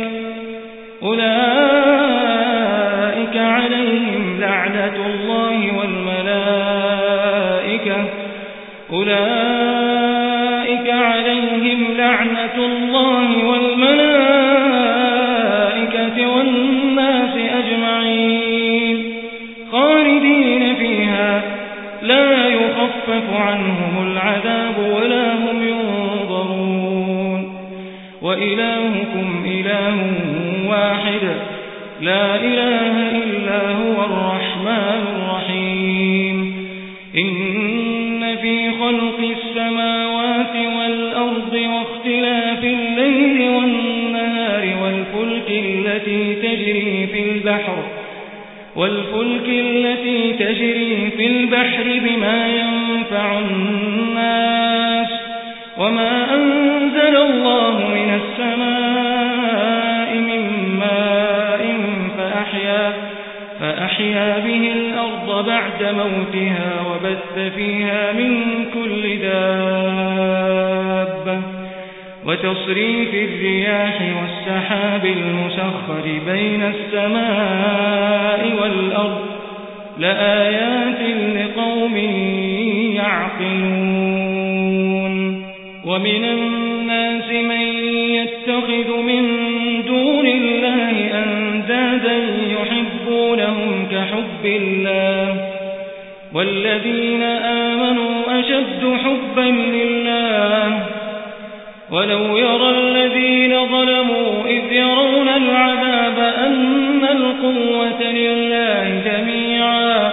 أولئك عليهم لعنة الله والملائكة أولئك عليهم لعنة الله والملائكة والناس أجمعين وإلهكم إله واحد لا إله إلا هو الرحمن الرحيم إن في خلق السماوات والأرض واختلاف الليل والنهار والفلك التي تجري في البحر والفلك التي تجري في البحر بما ينفع الناس وما أنزل الله من السماء من ماء فأحيا, فأحيا به الأرض بعد موتها وبث فيها من كل دابة وتصريف الرياح والسحاب المسخر بين السماء والأرض لآيات لقوم يعقلون ومن الناس من يتخذ من دون الله أندادا يحبونهم كحب الله والذين آمنوا أشد حبا لله ولو يرى الذين ظلموا إذ يرون العذاب أن القوة لله جميعا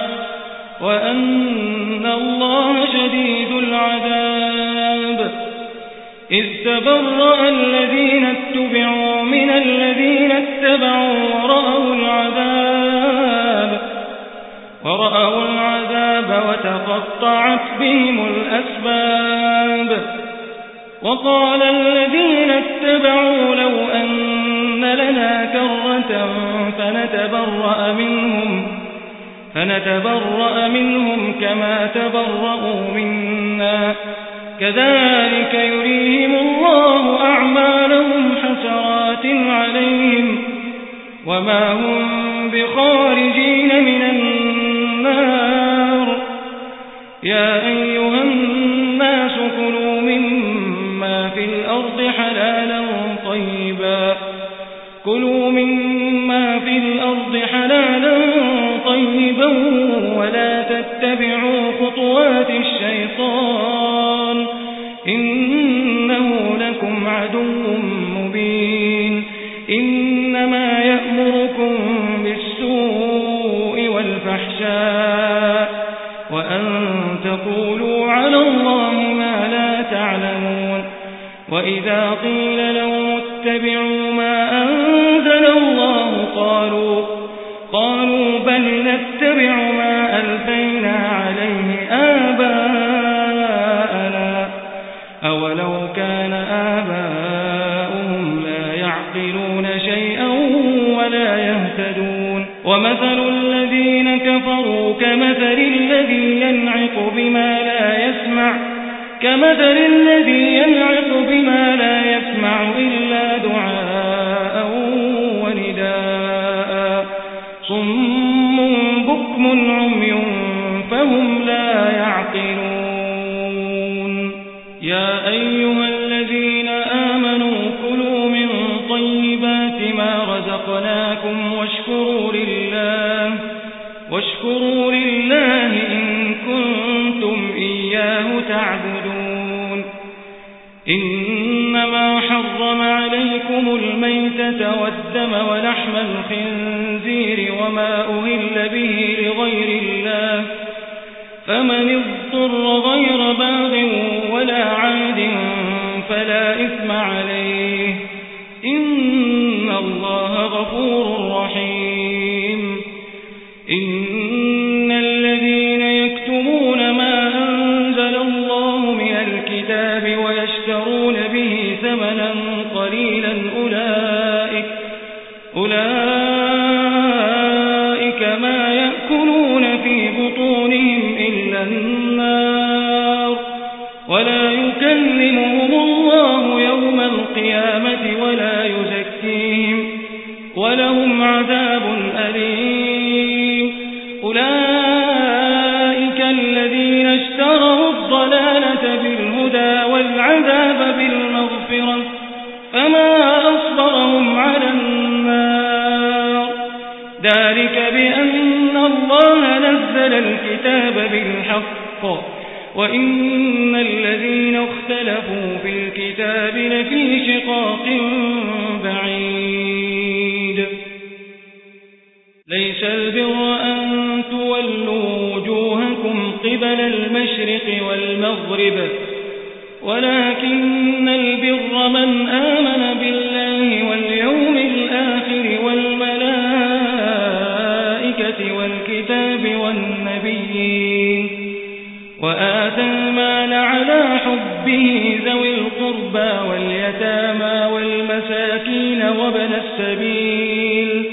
وأن الله شديد العذاب إذ تبرأ الذين اتبعوا من الذين اتبعوا ورأوا العذاب ورأوا العذاب وتقطعت بهم الأسباب وقال الذين اتبعوا لو أن لنا كرة فنتبرأ منهم فنتبرأ منهم كما تبرأوا منا كذلك يريهم الله أعمالهم حسرات عليهم وما هم بخارجين من النار يا أيها الناس كلوا مما في الأرض حلالا طيبا كلوا مما في الأرض حلالا طيبا ولا تتبعوا خطوات الشيطان إنه لكم عدو مبين إنما يأمركم بالسوء والفحشاء وأن تقولوا على الله ما لا تعلمون وإذا قيل لهم اتبعوا ما أنزل الله قالوا قالوا بل نتبع ما ألفينا عليه آباءنا أولو كان آباؤهم لا يعقلون شيئا ولا يهتدون ومثل الذين كفروا كمثل الذي ينعق بما لا يسمع كمثل الذي ينعق بما لا يسمع إلا دعاء ونداء صم بكم عمي فهم لا يعقلون يا أيها الذين آمنوا كلوا من طيبات ما رزقناكم واشكروا لله واشكروا لله إن كنتم إياه تعبدون إنما حرم عليكم الميتة والدم ولحم الخنزير وما أهل به لغير الله فمن اضطر غير باغ ولا عاد فلا إثم عليه إن الله غفور رحيم إن الذين يكتمون ما أنزل الله من الكتاب ويشترون به ثمنا قليلا أولئك أولئك ما يأكلون في بطونهم إلا النار ولا يكلمهم الله يوم القيامة ولا يزكيهم ولهم عذاب أليم أولئك الذين اشتروا الضلالة بالهدى والعذاب بالمغفرة فما أصبرهم على النار ذلك بأن الله نزل الكتاب بالحق وإن الذين اختلفوا في الكتاب لفي شقاق بعيد ليس البر أن تولوا وجوهكم قبل المشرق والمغرب ولكن البر من آمن بالله واليوم الآخر والملائكة والكتاب والنبيين وآتى المال على حبه ذوي القربى واليتامى والمساكين وابن السبيل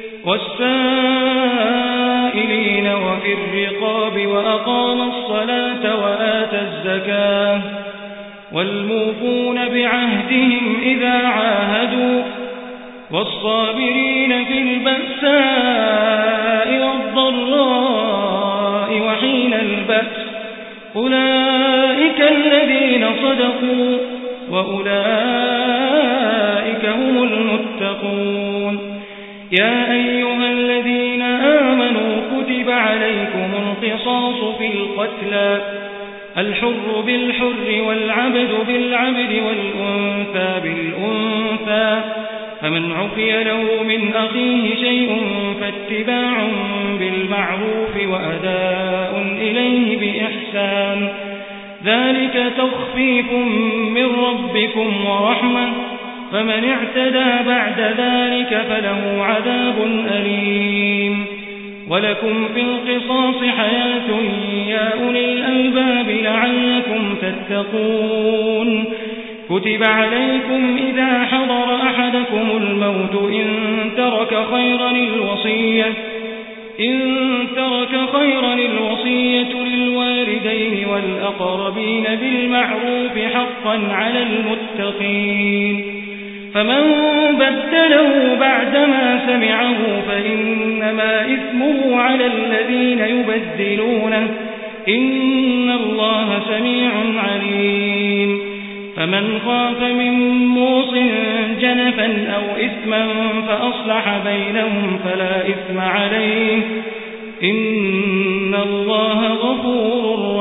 والسائلين وفي الرقاب وأقام الصلاة وآتى الزكاة والموفون بعهدهم إذا عاهدوا والصابرين في البأساء والضراء وحين البأس أولئك الذين صدقوا وأولئك هم المتقون يا أيها الذين آمنوا كتب عليكم القصاص في القتلى الحر بالحر والعبد بالعبد والأنثى بالأنثى فمن عفي له من أخيه شيء فاتباع بالمعروف وأداء إليه بإحسان ذلك تخفيف من ربكم ورحمة فمن اعتدى بعد ذلك فله عذاب أليم ولكم في القصاص حياة يا أولي الألباب لعلكم تتقون كتب عليكم إذا حضر أحدكم الموت إن ترك خيرا الوصية إن ترك خيرا الوصية للوالدين والأقربين بالمعروف حقا على المتقين فمن بدله بعدما سمعه فإنما إثمه على الذين يبدلونه إن الله سميع عليم فمن خاف من موص جنفا أو إثما فأصلح بينهم فلا إثم عليه إن الله غفور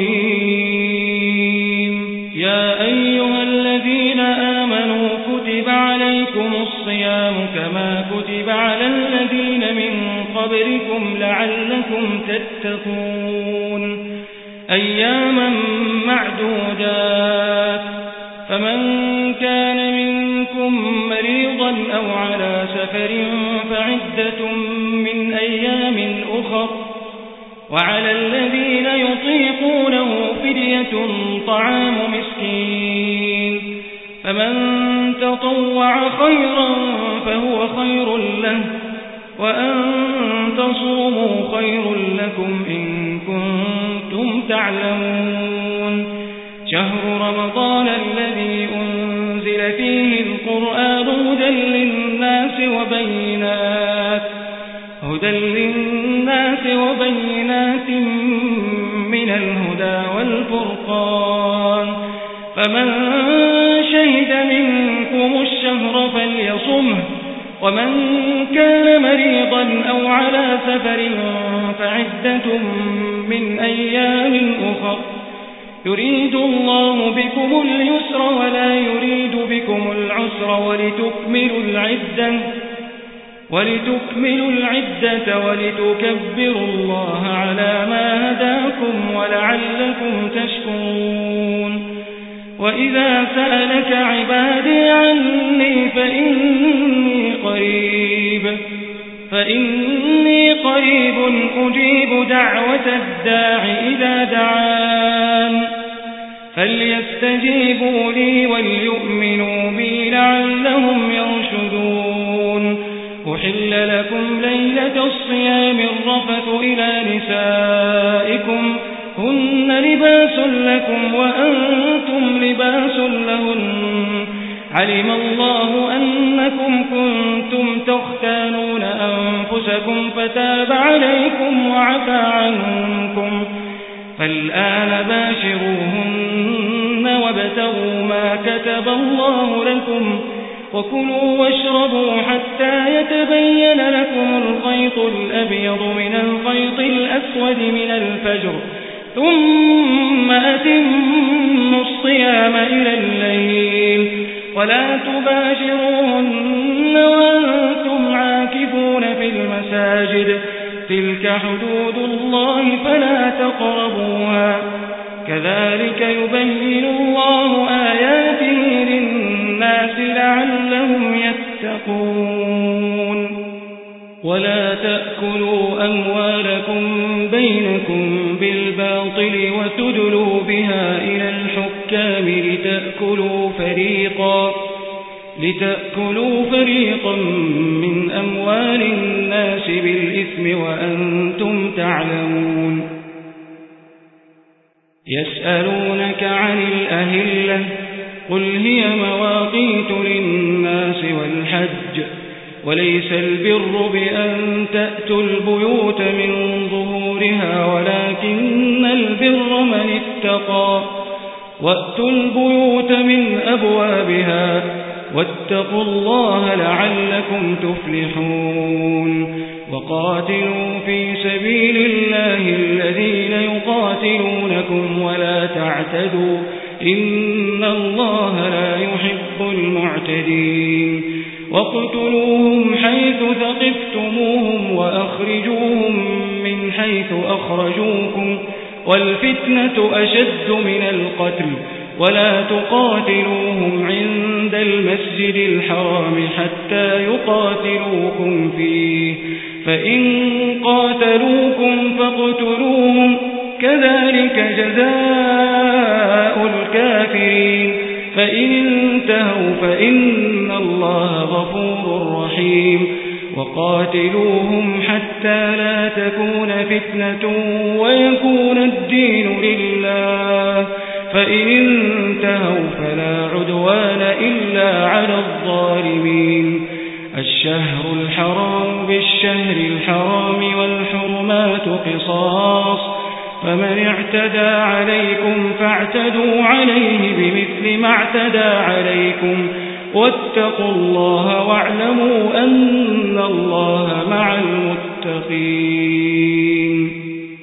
رحيم يا أيها الذين آمنوا كتب عليكم الصيام كما كتب على الذين من قبلكم لعلكم تتقون أياما معدودات فمن كان منكم مريضا أو على سفر فعدة من أيام أخر وعلى الذين يطيقونه فدية طعام مسكين فمن تطوع خيرا فهو خير له وأن تصوموا خير لكم إن كنتم تعلمون شهر رمضان الذي أنزل فيه القرآن هدى للناس وبينات هدى للناس وبينات من الهدى والفرقان فمن شهد منكم الشهر فليصمه ومن كان مريضا أو على سفر فعدة من أيام أخر يريد الله بكم اليسر ولا يريد بكم العسر ولتكملوا العدة ولتكملوا العدة ولتكبروا الله على ما هداكم ولعلكم تشكرون وإذا سألك عبادي عني فإني قريب فإني قريب أجيب دعوة الداع إذا دعان فليستجيبوا لي وليؤمنوا بي لعلهم يرشدون أحل لكم ليلة الصيام الرفث إلى نسائكم هن لباس لكم وأنتم لباس لهن علم الله أنكم كنتم تختانون أنفسكم فتاب عليكم وعفى عنكم فالآن باشروهن وابتغوا ما كتب الله لكم وكلوا واشربوا حتى يتبين لكم الخيط الأبيض من الخيط الأسود من الفجر ثم أتموا الصيام إلى الليل ولا تباشروهن وأنتم عاكفون في المساجد تلك حدود الله فلا تقربوها كذلك يبين الله آياته للناس لعلهم يتقون ولا تأكلوا أموالكم بينكم بالباطل وتدلوا بها إلى الحكام لتأكلوا فريقا لتأكلوا فريقا من أموال الناس بالإثم وأنتم تعلمون يسألونك عن الأهلة قل هي مواقيت للناس والحج وليس البر بأن تأتوا البيوت من ظهورها ولكن البر من اتقى وأتوا البيوت من أبوابها واتقوا الله لعلكم تفلحون وقاتلوا في سبيل الله الذين يقاتلونكم ولا تعتدوا إن الله لا يحب المعتدين واقتلوهم حيث ثقفتموهم وأخرجوهم من حيث أخرجوكم والفتنة أشد من القتل ولا تقاتلوهم عند المسجد الحرام حتى يقاتلوكم فيه فإن قاتلوكم فاقتلوهم كذلك جزاء الكافرين فإن انتهوا فإن الله غفور رحيم وقاتلوهم حتى لا تكون فتنة ويكون الدين لله فإن انتهوا فلا عدوان إلا على الظالمين الشهر الحرام بالشهر الحرام والحرمات قصاص فمن اعتدى عليكم فاعتدوا عليه بمثل ما اعتدى عليكم واتقوا الله واعلموا أن الله مع المتقين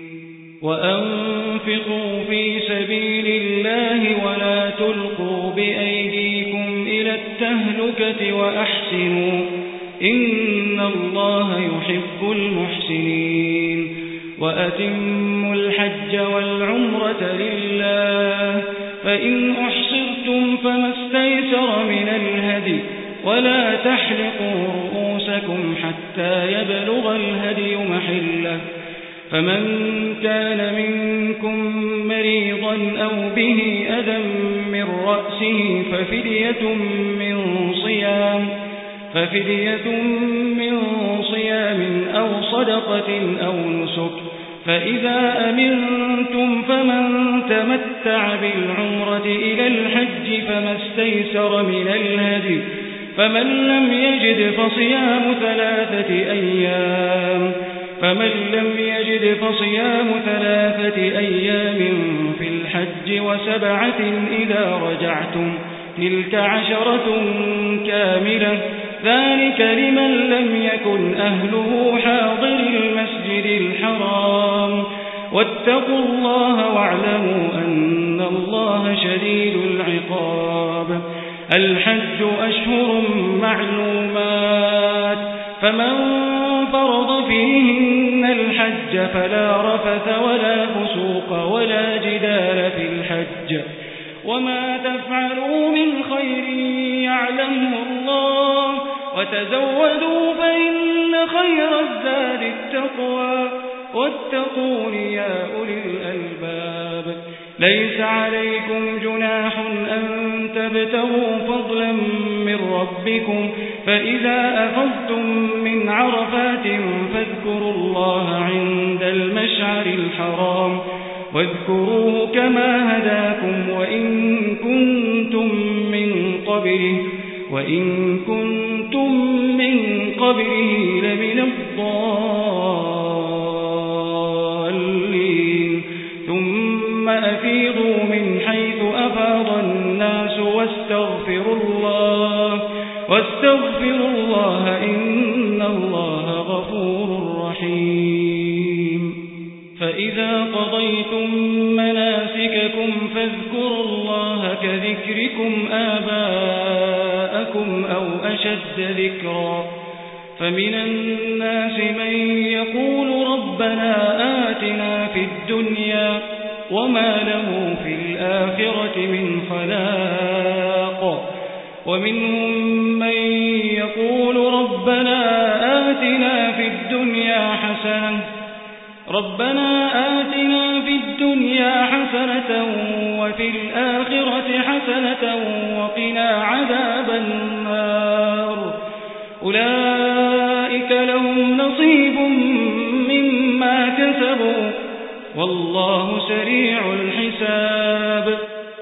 وأنفقوا في سبيل الله ولا تلقوا بأيديكم إلى التهلكة وأحسنوا إن الله يحب المحسنين وأتموا الحج والعمرة لله فإن أحصرتم فما استيسر من الهدي ولا تحلقوا رؤوسكم حتى يبلغ الهدي محله فمن كان منكم مريضا أو به أذى من رأسه ففدية من صيام ففدية من صيام أو صدقة أو نسك فإذا أمنتم فمن تمتع بالعمرة إلى الحج فما استيسر من الهدي فمن لم يجد فصيام ثلاثة أيام فمن لم يجد فصيام ثلاثة أيام في الحج وسبعة إذا رجعتم تلك عشرة كاملة ذلك لمن لم يكن أهله حاضر المسجد الحرام واتقوا الله واعلموا أن الله شديد العقاب الحج أشهر معلومات فمن فرض فيهن الحج فلا رفث ولا فسوق ولا جدال في الحج وما تفعلوا من خير يعلمه الله وتزودوا فإن خير الزاد التقوى واتقون يا أولي الألباب ليس عليكم جناح أن تبتغوا فضلا من ربكم فإذا أفضتم من عرفات فاذكروا الله عند المشعر الحرام واذكروه كما هداكم وإن كنتم من قبله وإن كنتم من قبله لمن الضالين ثم أفيضوا من حيث أفاض الناس واستغفروا الله واستغفروا الله إن الله غفور رحيم فإذا قضيتم مناسككم فاذكروا الله كذكركم آباءكم أو أشد ذكرا فمن الناس من يقول ربنا آتنا في الدنيا وما له في الآخرة من خلاق ومنهم من يقول ربنا آتنا في الدنيا حسنة ربنا آتنا في الدنيا حسنة وفي الآخرة حسنة وقنا عذاب النار أولئك لهم نصيب مما كسبوا والله سريع الحساب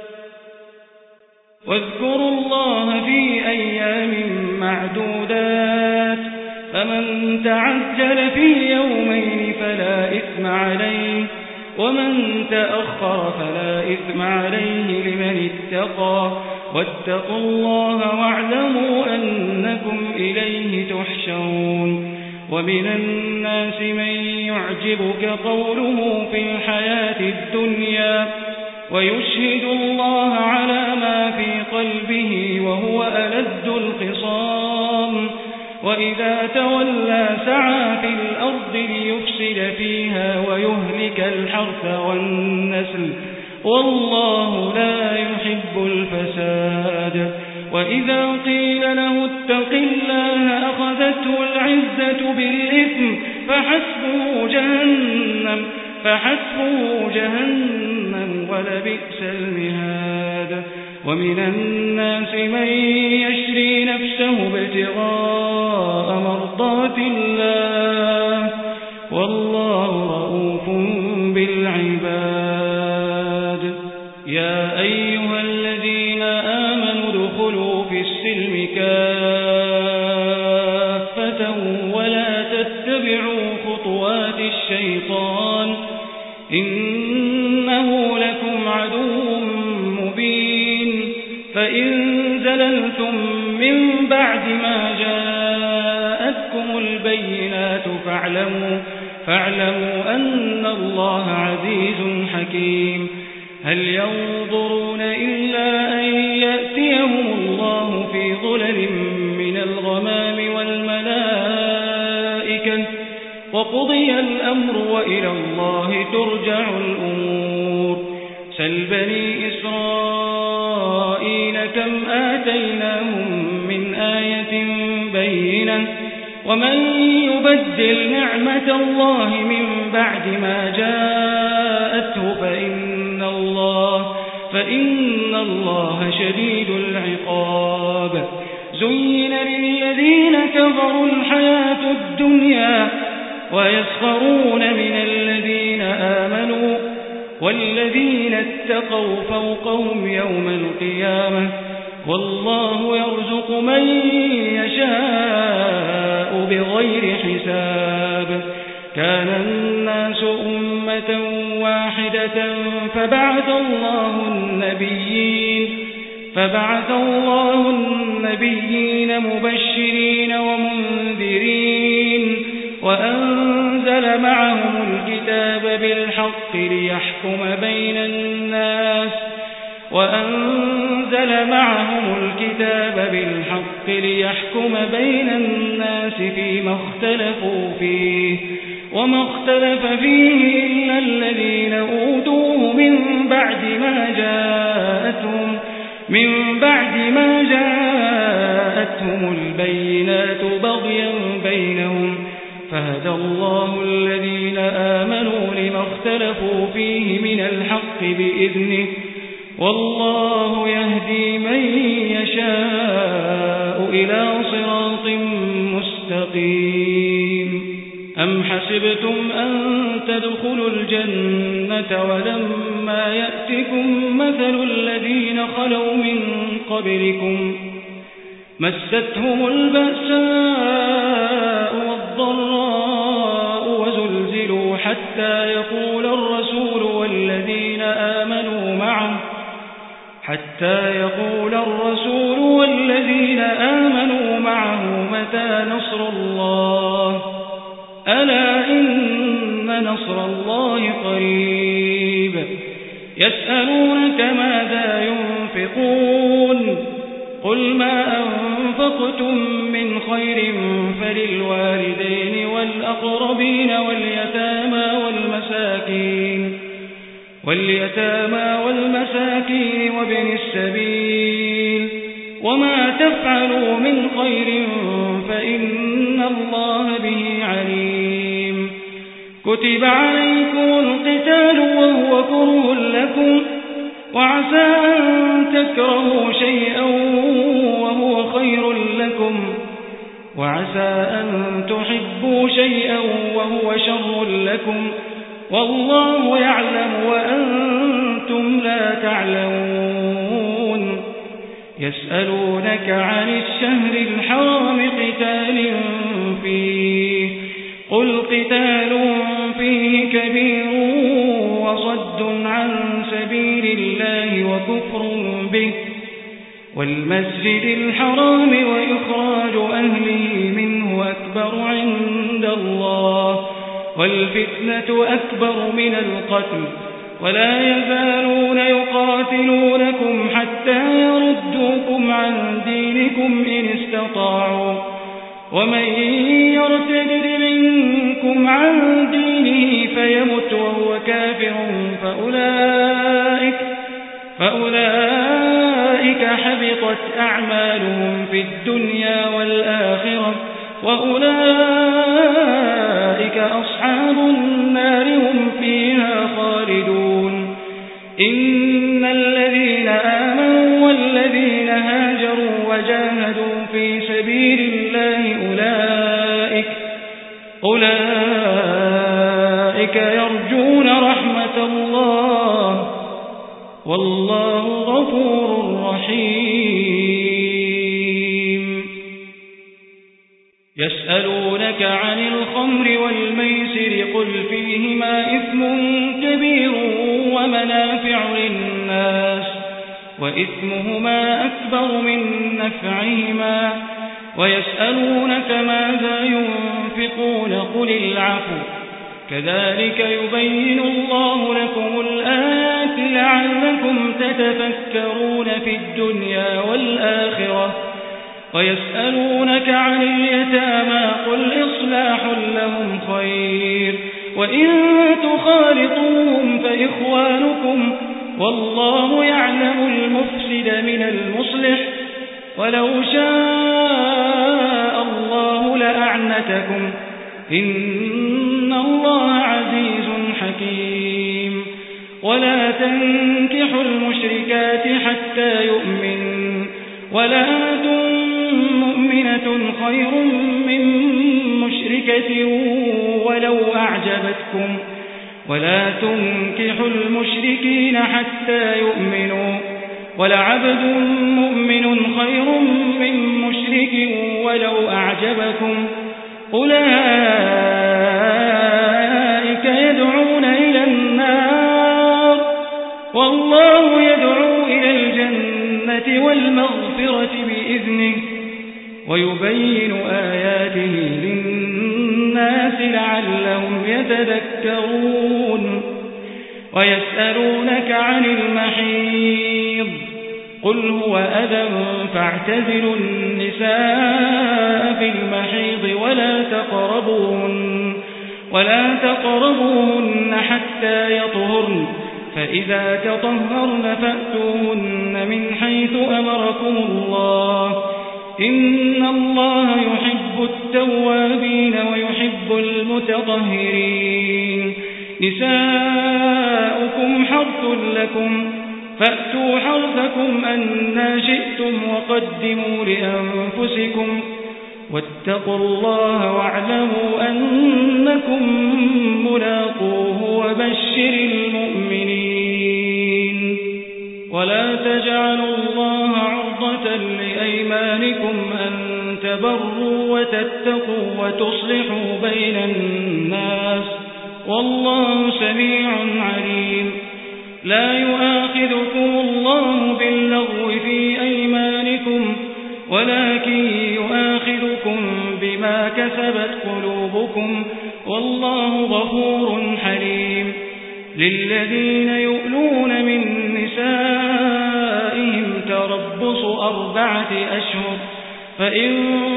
واذكروا الله في أيام معدودات فمن تعجل في يومين فلا إثم عليه ومن تأخر فلا إثم عليه لمن اتقى واتقوا الله واعلموا أنكم إليه تحشرون ومن الناس من يعجبك قوله في الحياة الدنيا ويشهد الله على ما في قلبه وهو ألد الخصام وإذا تولى سعى في الأرض ليفسد فيها ويهلك الحرث والنسل والله لا يحب الفساد وإذا قيل له اتق الله أخذته العزة بالإثم فحسبه جهنم فحسبه جهنم ولبئس المهاد ومن الناس من يشري نفسه ابتغاء مرضات الله والله رؤوف بالعباد يا أيها الذين آمنوا ادخلوا في السلم كافة ولا تتبعوا خطوات الشيطان إنه لكم عدو مبين فإن زللتم من بعد ما جاءتكم البينات فاعلموا, فاعلموا أن الله عزيز حكيم هل ينظرون إلا أن يأتيهم الله في ظلل من الغمام والملائكة وقضي الأمر وإلى الله ترجع الأمور سل بني إسرائيل كم آتيناهم من آية بينة ومن يبدل نعمة الله من بعد ما جاءته فإن الله, فإن الله شديد العقاب زين للذين كفروا الحياة الدنيا ويسخرون من الذين آمنوا والذين اتقوا فوقهم يوم القيامة والله يرزق من يشاء بغير حساب كان الناس أمة واحدة فبعث الله النبيين فبعث الله النبيين مبشرين ومنذرين وأنزل معهم الكتاب بالحق ليحكم بين الناس وأنزل معهم الكتاب بالحق ليحكم بين الناس فيما اختلفوا فيه وما اختلف فيه إلا الذين أوتوه من بعد ما جاءتهم من بعد ما جاءتهم البينات بغيا بينهم فهدى الله الذين آمنوا لما اختلفوا فيه من الحق بإذنه والله يهدي من يشاء إلى صراط مستقيم أم حسبتم أن تدخلوا الجنة ولما يأتكم مثل الذين خلوا من قبلكم مستهم البأساء والضراء وزلزلوا حتى يقول الرسول والذين آمنوا معه حتى يقول الرسول والذين آمنوا معه متى نصر الله ألا إن نصر الله قريب يسألونك ماذا ينفقون قل ما أنفقتم من خير فللوالدين والأقربين واليتامى والمساكين واليتامى والمساكين وابن السبيل وما تفعلوا من خير فإن الله به عليم كتب عليكم القتال وهو كره لكم وعسى أن تكرهوا شيئا وهو خير لكم وعسى أن تحبوا شيئا وهو شر لكم والله يعلم وأنتم لا تعلمون يسألونك عن الشهر الحرام قتال فيه قل قتال فيه كبير وصد عن سبيل الله وكفر به والمسجد الحرام وإخراج أهله منه أكبر عند الله والفتنة أكبر من القتل ولا يزالون يقاتلونكم حتى يردوكم عن دينكم إن استطاعوا ومن يرتد منكم عن دينه فيمت وهو كافر فأولئك, فأولئك حبطت أعمالهم في الدنيا والآخرة وأولئك أصحاب النار هم فيها خالدون إن الذين آمنوا والذين هاجروا وجاهدوا في سبيل الله أولئك, أولئك يرجون رحمة الله والله غفور رحيم يسألونك عن الخمر والميسر قل فيهما إثم كبير ومنافع للناس وإثمهما أكبر من نفعهما ويسألونك ماذا ينفقون قل العفو كذلك يبين الله لكم الآيات لعلكم تتفكرون في الدنيا والآخرة ويسألونك عن اليتامى قل إصلاح لهم خير وإن تخالطوهم فإخوانكم والله يعلم المفسد من المصلح ولو شاء الله لأعنتكم إن الله عزيز حكيم ولا تنكحوا المشركات حتى يؤمنوا ولا مؤمنة خير من مشركة ولو أعجبتكم ولا تنكحوا المشركين حتى يؤمنوا ولعبد مؤمن خير من مشرك ولو أعجبكم أولئك يدعون إلى النار والله يدعو إلى الجنة والمغفرة بإذنه ويبين آياته للناس لعلهم يتذكرون ويسألونك عن المحيض قل هو أذى فاعتزلوا النساء في المحيض ولا تقربوهن ولا تقربوهن حتى يطهرن فإذا تطهرن فأتوهن من حيث أمركم الله إن الله يحب التوابين ويحب المتطهرين نساؤكم حرث لكم فأتوا حرثكم أنى شئتم وقدموا لأنفسكم واتقوا الله واعلموا أنكم ملاقوه وبشر المؤمنين ولا تجعلوا الله عرضة لأيمانكم أن تبروا وتتقوا وتصلحوا بين الناس والله سميع عليم لا يؤاخذكم الله باللغو في أيمانكم ولكن يؤاخذكم بما كسبت قلوبكم والله غفور حليم. للذين يؤلون من نسائهم تربص أربعة أشهر فإن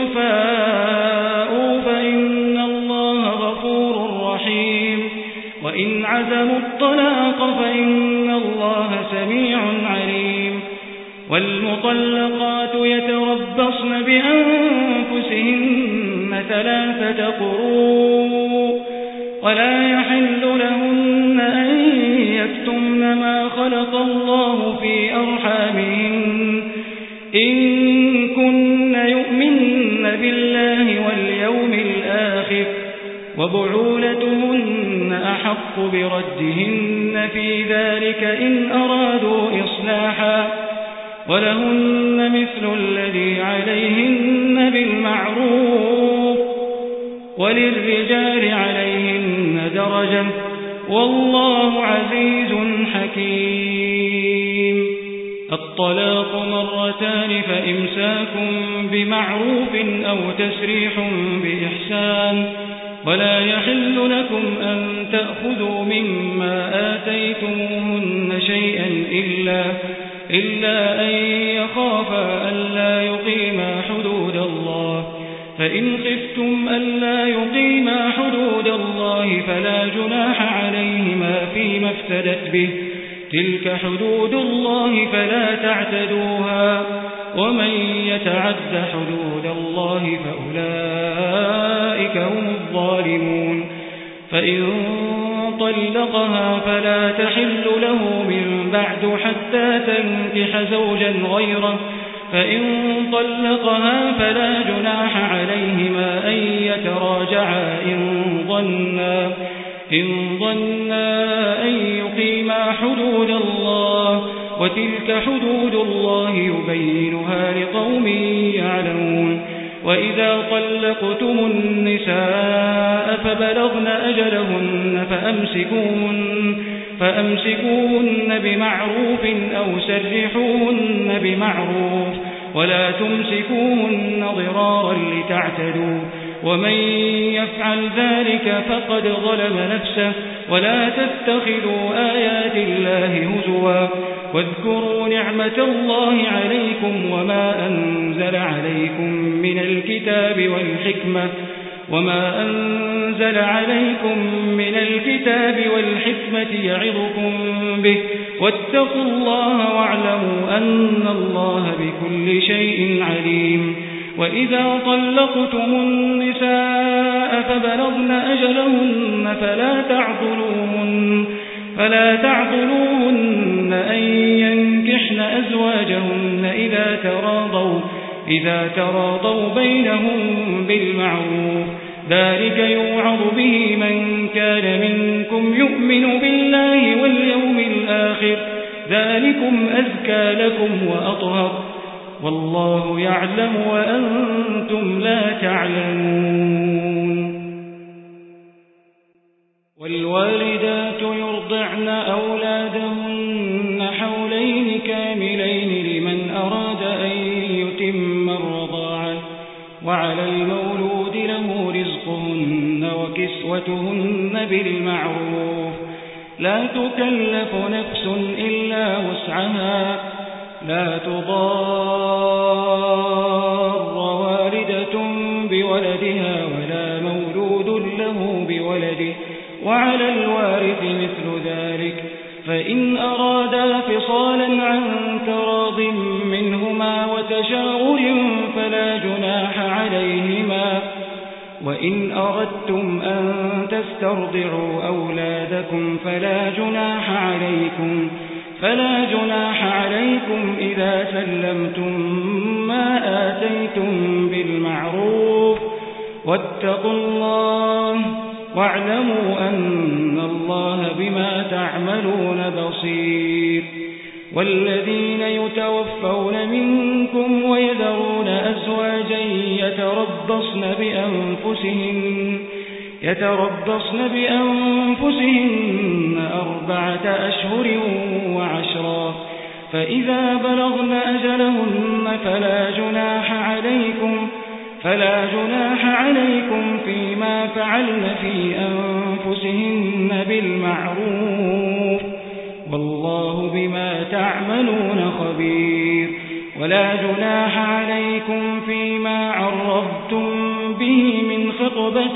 فاءوا فإن الله غفور رحيم. وإن عزموا الطلاق فإن الله سميع عليم. والمطلقات يتربصن بأنفسهن ثلاثة قروء ولا يحل لهن أن يكتمن ما خلق الله في أرحامهن إن كن يؤمن بالله واليوم الآخر وبعولتهن أحق بردهن في ذلك إن أرادوا إصلاحا ولهن مثل الذي عليهن بالمعروف وللرجال عليهن درجة والله عزيز حكيم. الطلاق مرتان فإمساك بمعروف أو تسريح بإحسان ولا يحل لكم أن تأخذوا مما آتيتموهن شيئا إلا, إلا أن يخافا ألا يقيما حدود الله فإن خفتم ألا يقيما حدود الله فلا جناح عليهما فيما افتدت به تلك حدود الله فلا تعتدوها ومن يتعد حدود الله فأولئك هم الظالمون. فإن طلقها فلا تحل له من بعد حتى تنكح زوجا غيره فإن طلقها فلا جناح عليهما أن يتراجعا إن ظنا إن ظنا أن يقيما حدود الله وتلك حدود الله يبينها لقوم يعلمون. وإذا طلقتم النساء فبلغن أجلهن فأمسكوهن, فأمسكوهن بمعروف أو سرحوهن بمعروف ولا تمسكوهن ضرارا لتعتدوا ومن يفعل ذلك فقد ظلم نفسه ولا تتخذوا آيات الله هزوا واذكروا نعمة الله عليكم وما أنزل عليكم من الكتاب والحكمة وما أنزل عليكم من الكتاب والحكمة يعظكم به واتقوا الله واعلموا أن الله بكل شيء عليم. وإذا طلقتم النساء فبلغن أجلهن فلا تعضلوهن, فلا تعضلوهن أن ينكحن أزواجهن إذا تراضوا, إذا تراضوا بينهم بالمعروف ذلك يوعظ به من كان منكم يؤمن بالله واليوم الآخر ذلكم أزكى لكم وأطهر والله يعلم وأنتم لا تعلمون. والوالدات يرضعن أولادهن حولين كاملين لمن أراد أن يتم الرضاعة وعلى المولود له رزقهن وكسوتهن بالمعروف لا تكلف نفس إلا وسعها لا تضار والدة بولدها ولا مولود له بولده وعلى الوارث مثل ذلك فإن أرادا فصالا عن تراض منهما وتشاور فلا جناح عليهما. وإن أردتم أن تسترضعوا أولادكم فلا جناح عليكم فلا جناح عليكم إذا سلمتم ما آتيتم بالمعروف واتقوا الله واعلموا أن الله بما تعملون بصير. والذين يتوفون منكم ويذرون أزواجا يتربصن بأنفسهن يتربصن بأنفسهن أربعة أشهر وعشرا فإذا بلغن أجلهن فلا جناح عليكم فلا جناح عليكم فيما فعلن في أنفسهن بالمعروف والله بما تعملون خبير. ولا جناح عليكم فيما عرضتم به من خطبة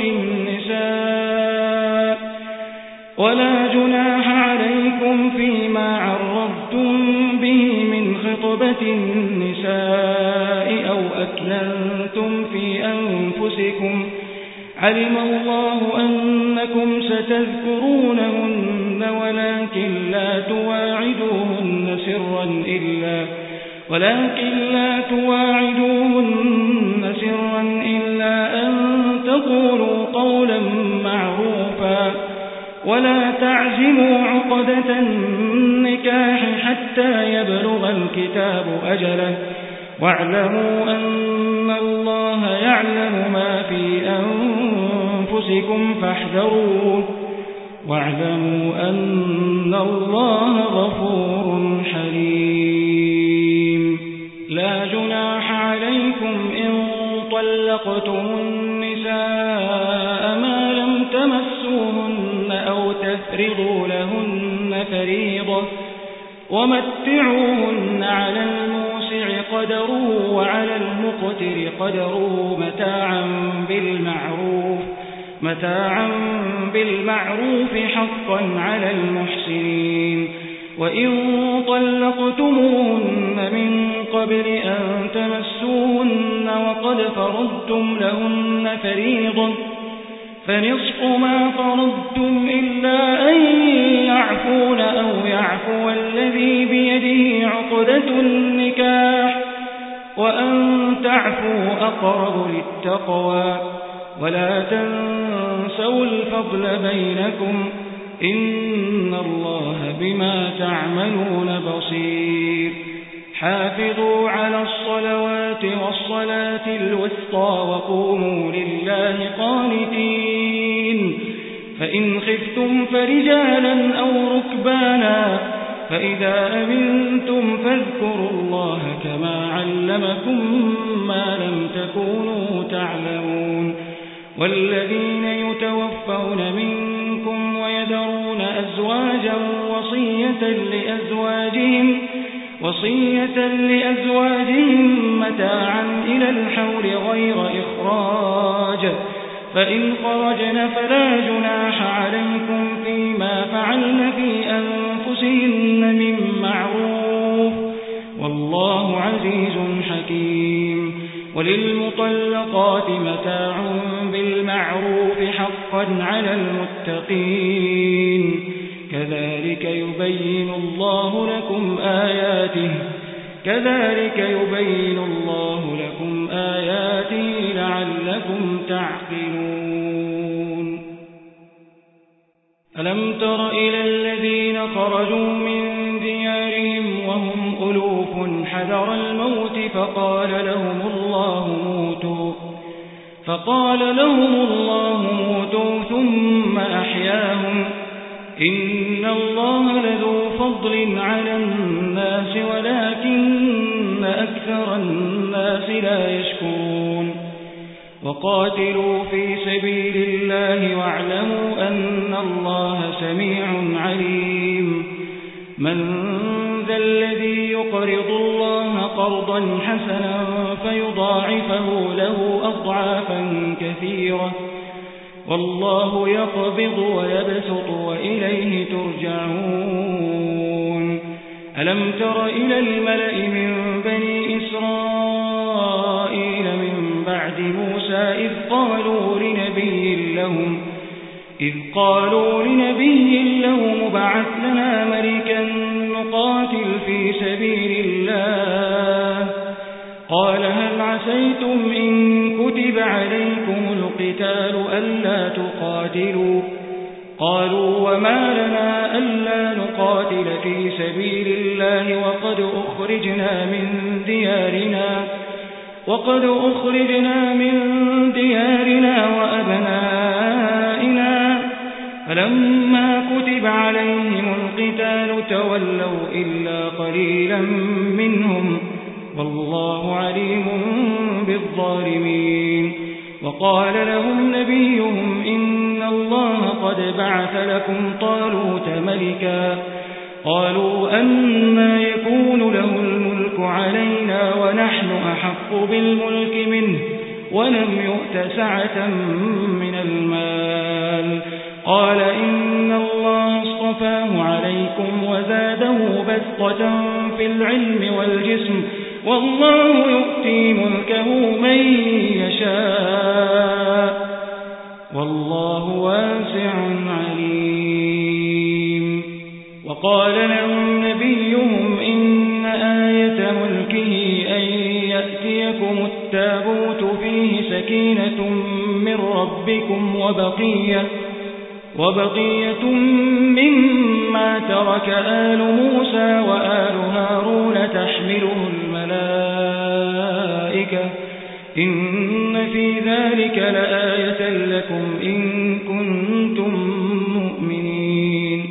النساء ولا جناح عليكم فيما عرضتم به من خطبة النساء أو أكننتم في أنفسكم علم الله أنكم ستذكرونهن ولكن لا تواعدوهن سرا إلا ولكن لا تواعدوهن سرا إلا أن تقولوا قولا معروفا ولا تعزموا عقدة النكاح حتى يبلغ الكتاب أجله واعلموا أن الله يعلم ما في أنفسكم فاحذروه واعلموا أن الله غفور حليم. لا جناح عليكم إن طلقتم النساء ما لم تمسوهن أو تفرضوا لهن فريضة ومتعوهن على الموسع قدره وعلى المقتر قدره متاعا بالمعروف متاعا بالمعروف حقا على المحسنين. وإن طلقتموهن من قبل أن تمسوهن وقد فرضتم لهن فريضة فنصف ما فرضتم إلا أن يعفون أو يعفو الذي بيده عقدة النكاح وأن تعفوا أقرب للتقوى ولا تنسوا الفضل بينكم إن الله بما تعملون بصير. حافظوا على الصلوات والصلاة الوسطى وقوموا لله قانتين. فإن خفتم فرجالا أو ركبانا فإذا أمنتم فاذكروا الله كما علمكم ما لم تكونوا تعلمون. والذين يتوفون منكم ويذرون أزواجا وصية لأزواجهم وصية لأزواجهم متاعا إلى الحول غير إخراج فإن خرجن فلا جناح عليكم فيما فعلن في أنفسهن من معروف والله عزيز حكيم. وللمطلقات متاع بالمعروف حقا على المتقين كذلك يبين الله لكم آياته كذلك يبين الله لكم آياته لعلكم تعقلون. ألم تر إلى الذين خرجوا من ديارهم وهم ألوف حذر الموت فقال لهم الله موتوا فقال لهم الله موتوا ثم أحياهم إن الله لذو فضل على الناس ولكن أكثر الناس لا يشكرون. وقاتلوا في سبيل الله واعلموا أن الله سميع عليم. من ذا الذي يقرض الله قرضا حسنا فيضاعفه له أضعافا كثيرة والله يقبض ويبسط وإليه ترجعون. ألم تر إلى الملأ من بني إسرائيل من بعد موسى إذ قالوا لنبي لهم إذ قالوا لنبي لهم ابعث لنا ملكا نقاتل في سبيل الله قال هل عسيتم إن كتب عليكم القتال ألا تقاتلوا قالوا وما لنا ألا نقاتل في سبيل الله وقد أخرجنا من ديارنا وقد أخرجنا من ديارنا وأبنائنا فلما كتب عليهم القتال تولوا إلا قليلا منهم والله عليم بالظالمين. وقال لهم نبيهم إن الله قد بعث لكم طالوت ملكا. قالوا أنى يكون له الملك علينا ونحن أحق بالملك منه ولم يؤت سعة من المال. قال إن الله اصطفاه عليكم وزاده بسطة في العلم والجسم والله يؤتي ملكه من يشاء والله واسع عليم. وقال لهم نبيهم إن آية ملكه أن يأتيكم التابوت فيه سكينة من ربكم وبقية, وبقية مما ترك آل موسى وآل هارون تحمله الملائكة إن في ذلك لآية لكم إن كنتم مؤمنين.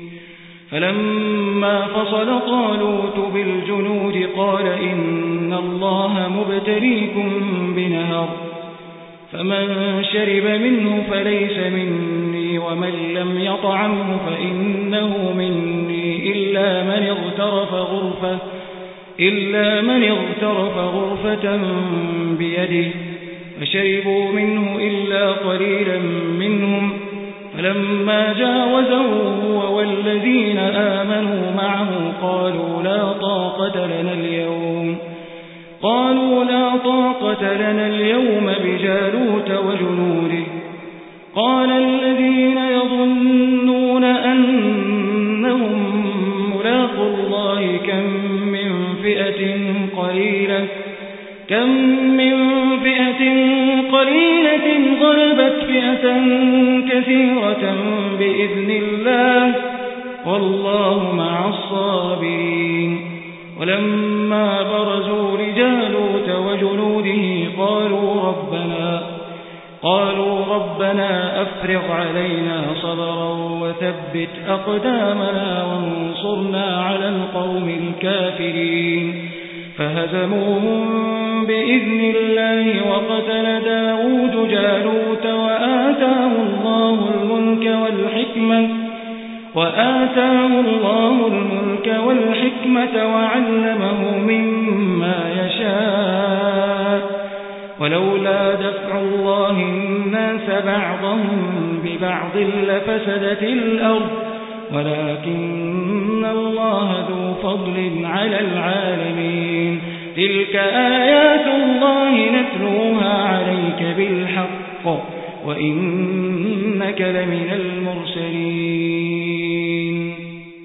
فلما فصل طالوت بالجنود قال إن الله مبتليكم بنهر فمن شرب منه فليس مني ومن لم يطعمه فإنه مني إلا من اغترف غرفة إلا من اغترف غرفة بيده فشربوا منه إلا قليلا منهم. فلما جاوزه هو والذين آمنوا معه قالوا لا طاقة لنا اليوم قالوا لا طاقة لنا اليوم بجالوت وجنوده. قال الذين يظنون أنهم ملاقوا الله كم من فئة قليلة كم من فئة قليلة غلبت فئة كثيرة بإذن الله والله مع الصابرين. ولما برزوا لجالوت وجنوده قالوا ربنا قالوا ربنا أفرغ علينا صبرا وثبت أقدامنا وانصرنا على القوم الكافرين. فهزموهم بإذن الله وقتل داود جالوت وآتاه الله الملك والحكمة وآتاه الله الملك والحكمة وعلمه مما يشاء ولولا دفع الله الناس بعضهم ببعض لفسدت الأرض ولكن الله ذو فضل على العالمين. تلك آيات الله نتلوها عليك بالحق وإنك لمن المرسلين.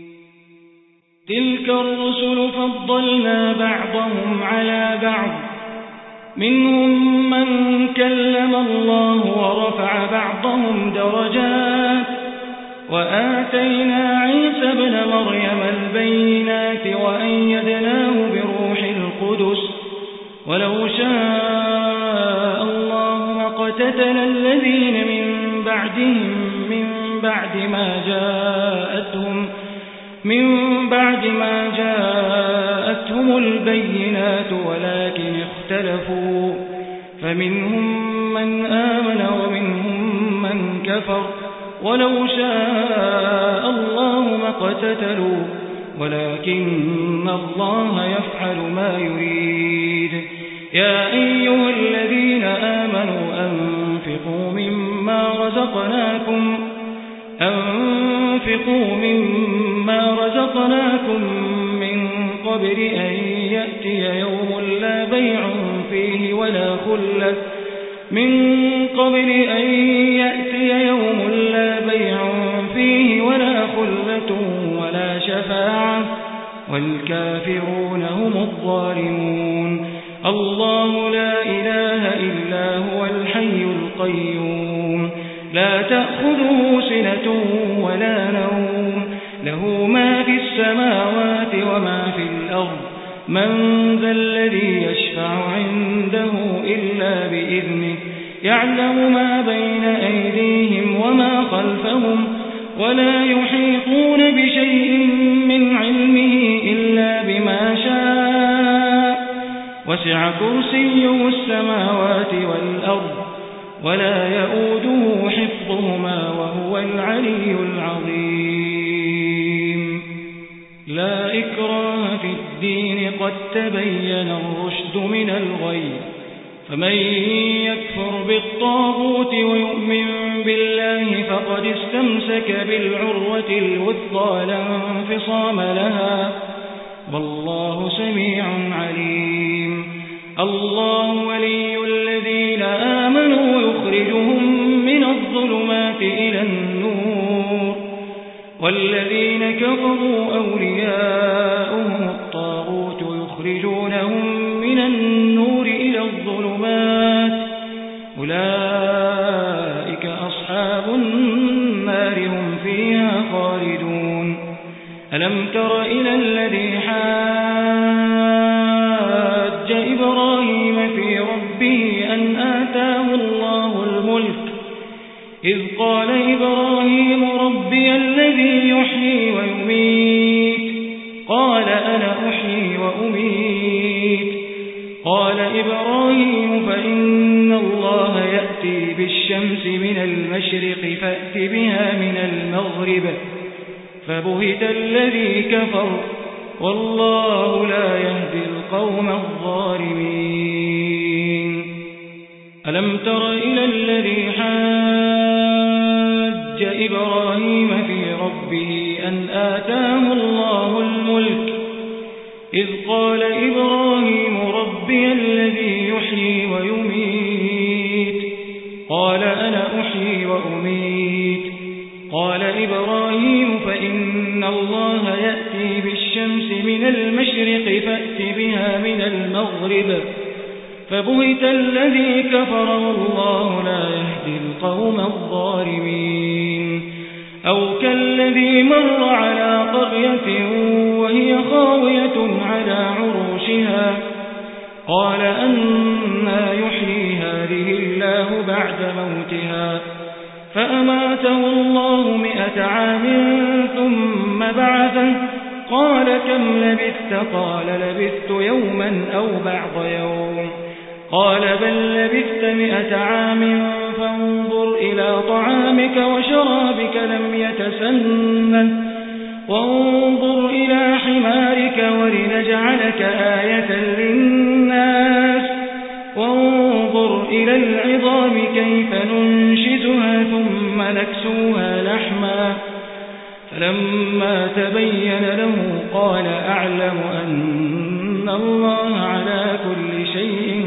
تلك الرسل فضلنا بعضهم على بعض منهم من كلم الله ورفع بعضهم درجات وآتينا عيسى ابن مريم البينات وأيدناه بروح القدس ولو شاء الله ما اقتتل الذين من بعدهم من بعد ما جاءتهم من بعد ما جاءتهم البينات ولكن اختلفوا فمنهم من آمن ومنهم من كفر ولو شاء الله ما اقتتلوا ولكن الله يفعل ما يريد. يا أيها الذين آمنوا أنفقوا مما رزقناكم أنفقوا مما رزقناكم من قبل أن يأتي يوم لا بيع فيه ولا خلة من قبل أن يأتي يوم لا بيع فيه ولا خلة ولا شفاعة والكافرون هم الظالمون. الله لا إله إلا هو الحي القيوم لا تأخذه سنة ولا نوم له ما في السماوات وما في الأرض من ذا الذي يشفع عنده إلا بإذنه يعلم ما بين أيديهم وما خلفهم ولا يحيطون بشيء من علمه إلا بما شاء وسع كرسيه السماوات والأرض ولا يؤوده حفظهما وهو العلي العظيم. لا إكراه في الدين قد تبين الرشد من الغي، فمن يكفر بالطاغوت ويؤمن بالله فقد استمسك بالعروة الوثقى لا انفصام لها، والله سميع عليم. الله ولي الذين آمنوا يخرجهم من الظلمات إلى النور، والذين كفروا أولياؤهم الطاغوت يخرجونهم من النور إلى الظلمات، أولئك أصحاب النار هم فيها خالدون. ألم تر إلى الذي حاج إبراهيم في ربه أن آتاه الله الملك، إذ قال إبراهيم ربي الذي يحيي ويميت، قال أنا أحيي وأميت. قال إبراهيم فإن الله يأتي بالشمس من المشرق فأت بها من المغرب، فبهت الذي كفر والله لا يهدي القوم الظالمين. ألم تر إلى الذي حاج إبراهيم في ربه أن آتاه الله الملك، إذ قال إبراهيم ربي الذي يحيي ويميت، قال أنا أحيي وأميت. قال إبراهيم فإن الله يأتي بالشمس من المشرق فأت بها من المغرب، فبهت الذي كفر والله لا يهدي القوم الظالمين. أو كالذي مر على قرية وهي خاوية على عروشها، قال أنى يحيي هذه الله بعد موتها، فأماته الله مئة عام ثم بعثه، قال كم لبثت؟ قال لبثت يوما أو بعض يوم، قال بل لبثت مئة عام فانظر إلى طعامك وشرابك لم يتسنه، وانظر إلى حمارك ولنجعلك آية للناس، وانظر إلى العظام كيف ننشزها ثم نكسوها لحما، فلما تبين له قال أعلم أن الله على كل شيء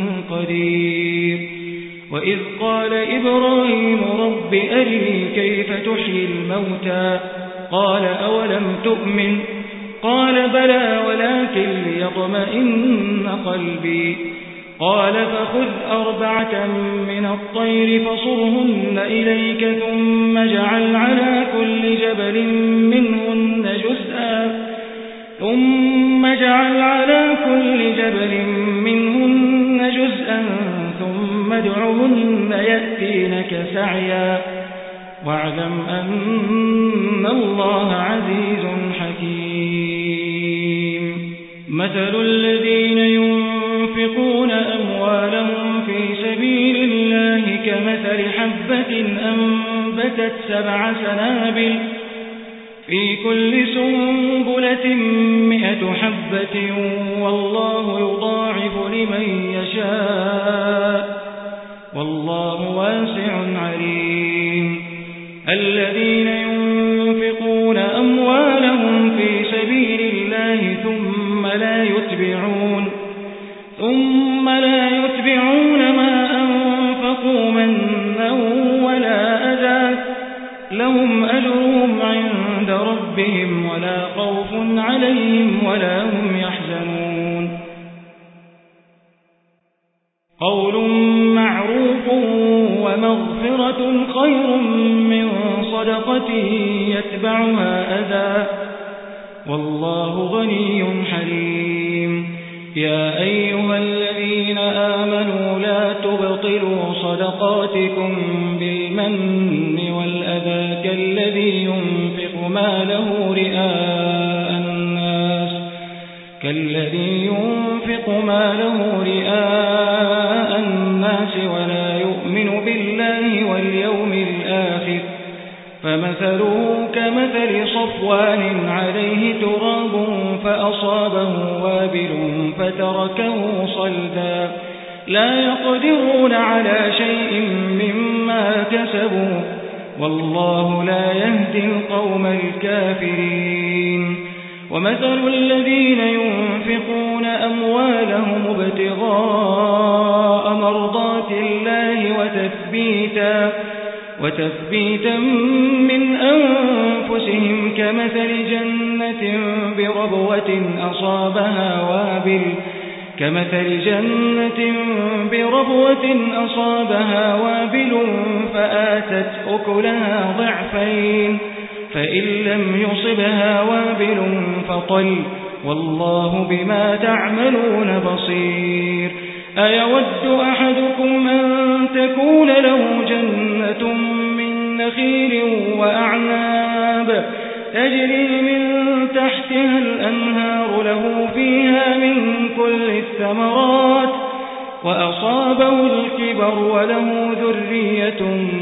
قدير. وإذ قال إبراهيم رب أرني كيف تحيي الموتى، قال أولم تؤمن؟ قال بلى ولكن ليطمئن قلبي. قال فخذ أربعة من الطير فصرهن إليك ثم اجعل على كل جبل منهن جزءا ثم اجعل على كل جبل منهن جزءا ثم ادعهن يأتينك سعيا، واعلم أن الله عزيز حكيم. مثل الذين ينفقون أموالهم في سبيل الله كمثل حبة أنبتت سبع سنابل في كل سنبلة مئة حبة والله يضاعف لمن يشاء والله واسع عليم. الذين ينفقون أموالهم في سبيل الله ثم لا يتبعون ثم لا يتبعون ما أنفقوا منا ولا أذى لهم أجرهم عند ربهم ولا خوف عليهم ولا هم يحزنون. قول معروف ومغفرة خير من صدقة يتبعها أذى والله غني حليم. يا أيها الذين آمنوا لا تبطلوا صدقاتكم بالمن والأذى كالذي ينفق ماله رئاء الناس كالذي ينفق ماله رئاء الناس ولا يؤمن بالله واليوم الآخر فمثله كمثل صفوان عليه تراب فأصابه وابل فتركه صلدا لا يقدرون على شيء مما كسبوا والله لا يهدي القوم الكافرين ومثل الذين ينفقون أموالهم ابتغاء مرضات الله وتثبيتا وتثبيتا من أنفسهم كمثل جنة بربوة أصابها وابل كمثل جنة بربوة أصابها وابل فآتت أكلها ضعفين فإن لم يصبها وابل فطل والله بما تعملون بصير أيود أحدكم أن تكون له جنة من نخيل وأعناب تجري من تحتها الأنهار له فيها من كل الثمرات وأصابه الكبر وله ذرية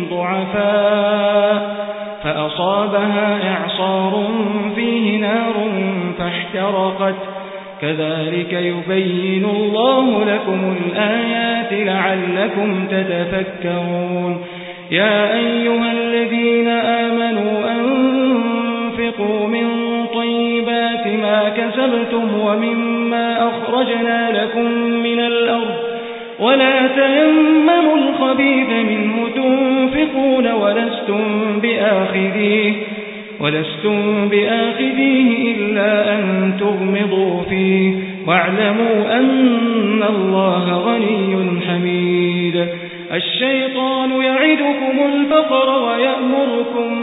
ضعفاء فأصابها إعصار فيه نار فاحترقت كذلك يبين الله لكم الآيات لعلكم تتفكرون يا أيها الذين آمنوا أنفقوا من طيبات ما كسبتم ومما أخرجنا لكم من الأرض ولا تيمموا الخبيث منه تنفقون ولستم بآخذيه ولستم بآخذيه إلا أن تغمضوا فيه واعلموا أن الله غني حميد الشيطان يعدكم الفقر ويأمركم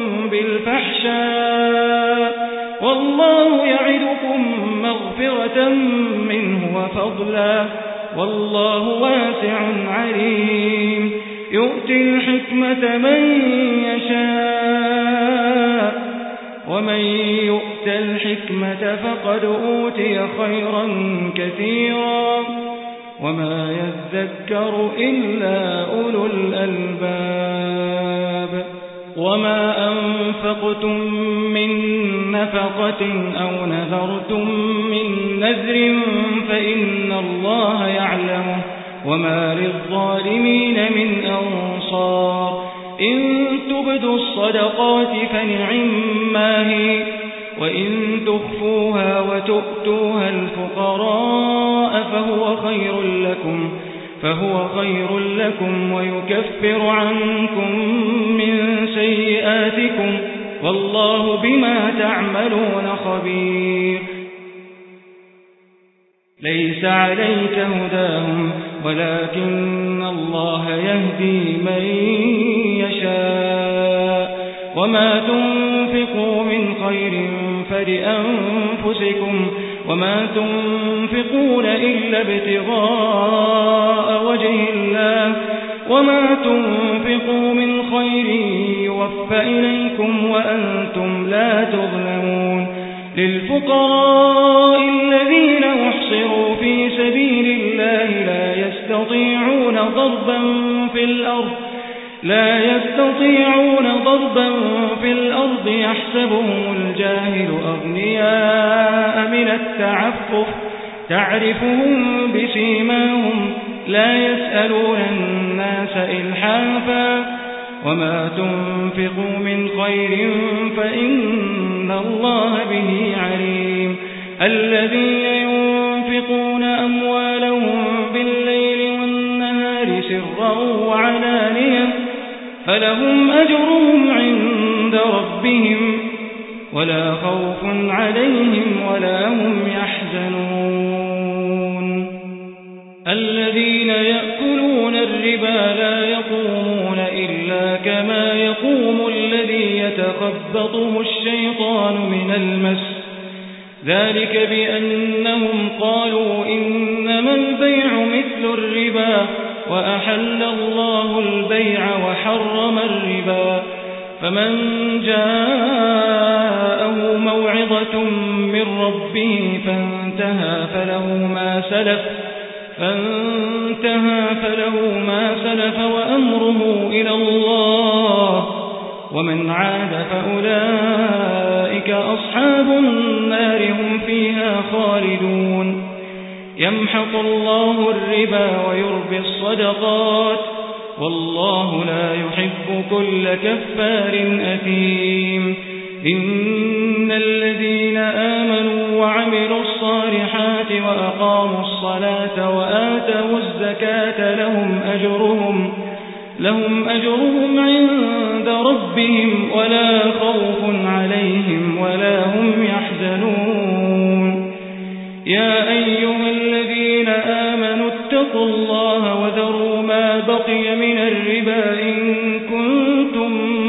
بالفحشاء والله يعدكم مغفرة منه وفضلا والله واسع عليم يؤتي الحكمة من يشاء ومن يؤت الحكمة فقد أوتي خيرا كثيرا وما يذكر إلا أولو الألباب وما أنفقتم من نفقة أو نذرتم من نذر فإن الله يعلمه وما للظالمين من أنصار إن تبدوا الصدقات فنعما هي وإن تخفوها وتؤتوها الفقراء فهو خير لكم فهو خير لكم ويكفر عنكم من سيئاتكم والله بما تعملون خبير ليس عليك هداهم ولكن الله يهدي من يشاء وما تنفقوا من خير فلأنفسكم وما تنفقون إلا ابتغاء وجه الله وما تنفقوا من خير يوفى إليكم وأنتم لا تظلمون للفقراء الذين أحصروا في سبيل الله لا يستطيعون ضربا في الأرض لا يستطيعون ضربا في الأرض يحسبهم الجاهل أغنياء من التعفف تعرفهم بسيماهم لا يسألون الناس إلحافا وما تنفقوا من خير فإن الله به عليم الذين ينفقون أموالهم بالليل والنهار سرا وعلانية فلهم أجرهم عند ربهم ولا خوف عليهم ولا هم يحزنون الذين يأكلون الربا لا يقومون إلا كما يقوم الذي يتخبطه الشيطان من المس ذلك بأنهم قالوا إنما البيع مثل الربا وأحل الله البيع وحرم الربا فمن جاءه موعظة من ربه فانتهى فله ما سلف فانتهى فله ما سلف وأمره إلى الله ومن عاد فأولئك أصحاب النار هم فيها خالدون يمحق الله الربا ويربي الصدقات والله لا يحب كل كفار أثيم إن الذين آمنوا وعملوا الصالحات وأقاموا الصلاة وآتوا الزكاة لهم أجرهم لهم أجرهم عند ربهم ولا خوف عليهم ولا هم يحزنون يا أيها الذين آمنوا اتقوا الله وذروا ما بقي من الربا إن كنتم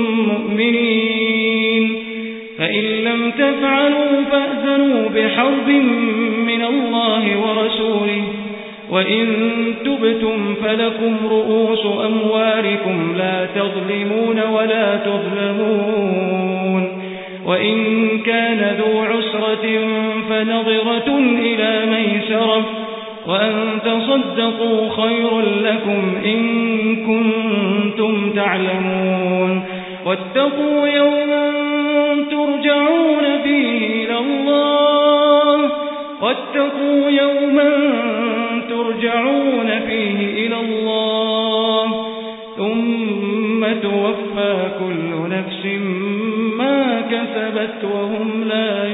مؤمنين فإن لم تفعلوا فأذنوا بحرب من الله ورسوله وإن تبتم فلكم رؤوس أموالكم لا تظلمون ولا تظلمون وإن كان ذو عسرة فنظرة إلى ميسرة وأن تصدقوا خير لكم إن كنتم تعلمون واتقوا يوما ترجعون فيه إلى الله واتقوا يوما ترجعون فيه إلى الله ثم توفى كل نفس ما كسبت وهم لا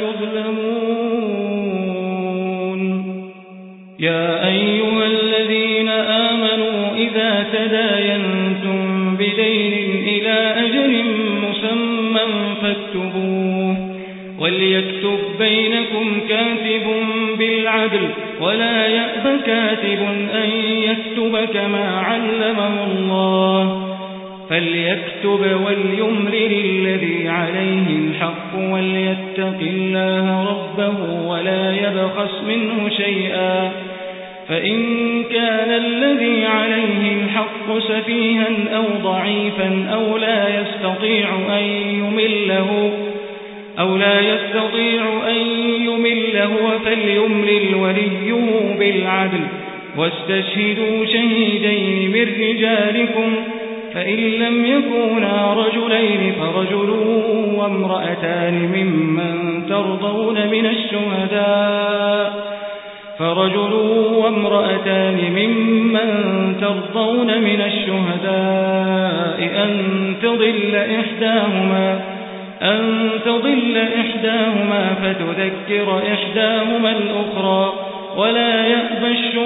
يظلمون يا أيها الذين آمنوا إذا تداينتم بدين إلى أجل مسمى فاكتبوه وليكتب بينكم كاتب بالعدل ولا يأب كاتب أن يكتب كما علمه الله فليكتب وليملل الذي عليه الحق وليتق الله ربه ولا يبخس منه شيئا فإن كان الذي عليه الحق سفيها أو ضعيفا أو لا يستطيع أن يمله أو لا يستطيع أن يمله فليملل وليه بالعدل واستشهدوا شهيدين من رجالكم فإن لم يكونا رجلين فرجل وامرأتان ممن ترضون من الشهداء فرجل وامرأتان ممن ترضون من الشهداء أن تضل إحداهما أن تضل إحداهما فتذكر إحداهما الأخرى ولا يأبى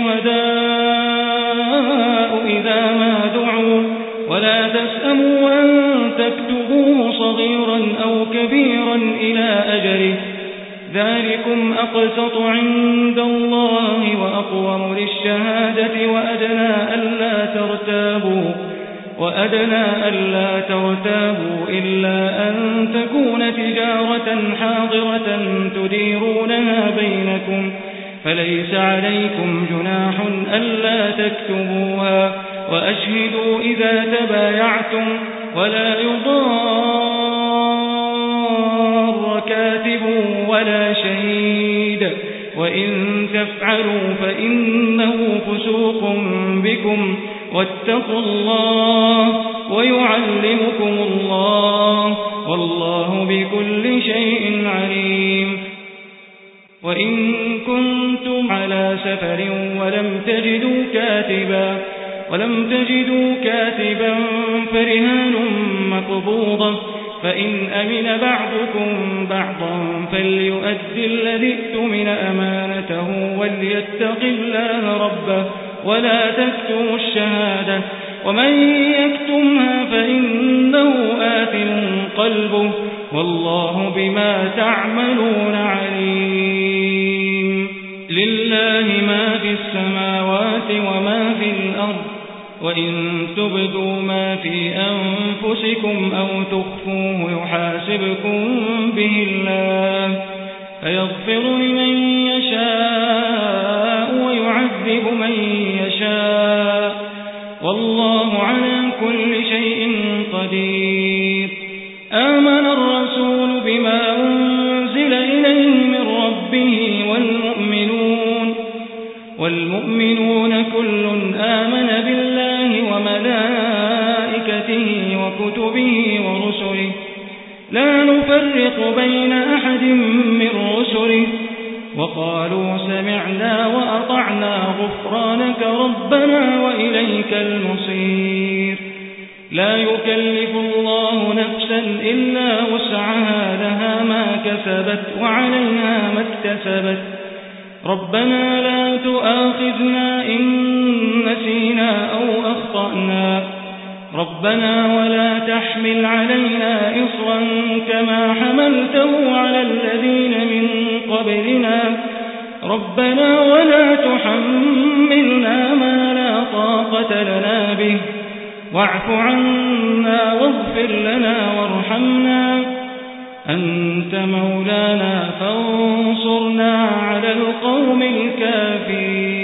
الشهداء إذا ما دعوا ولا تسأموا أن تكتبوه صغيرا أو كبيرا إلى أجله ذلكم أقسط عند الله وأقوم للشهادة وأدنى ألا ترتابوا وأدنى ألا ترتابوا إلا أن تكون تجارة حاضرة تديرونها بينكم فليس عليكم جناح ألا تكتبوها وأشهدوا إذا تبايعتم ولا يضار كاتب ولا شهيد وإن تفعلوا فإنه فسوق بكم واتقوا الله ويعلمكم الله والله بكل شيء عليم وإن كنتم على سفر ولم تجدوا كاتبا ولم تجدوا كاتبا فرهان مقبوضة فإن أمن بعضكم بعضا فليؤدي الذي اؤتمن أمانته وليتق الله ربه ولا تكتموا الشهادة ومن يكتمها فإنه آثم قلبه والله بما تعملون عليم لله ما في السماوات وما في الأرض وإن تبدوا ما في أنفسكم أو تخفوه يحاسبكم به الله فيغفر لمن يشاء ويعذب من يشاء والله على كل شيء قدير والمؤمنون كل آمن بالله وملائكته وكتبه ورسله لا نفرق بين أحد من رسله وقالوا سمعنا وأطعنا غفرانك ربنا وإليك المصير لا يكلف الله نفسا إلا وسعها لها ما كسبت وعليها ما اكتسبت ربنا لا تؤاخذنا إن نسينا أو أخطأنا ربنا ولا تحمل علينا إصرا كما حملته على الذين من قبلنا ربنا ولا تحملنا ما لا طاقة لنا به واعف عنا واغفر لنا وارحمنا أنت مولانا فانصرنا على القوم الكافرين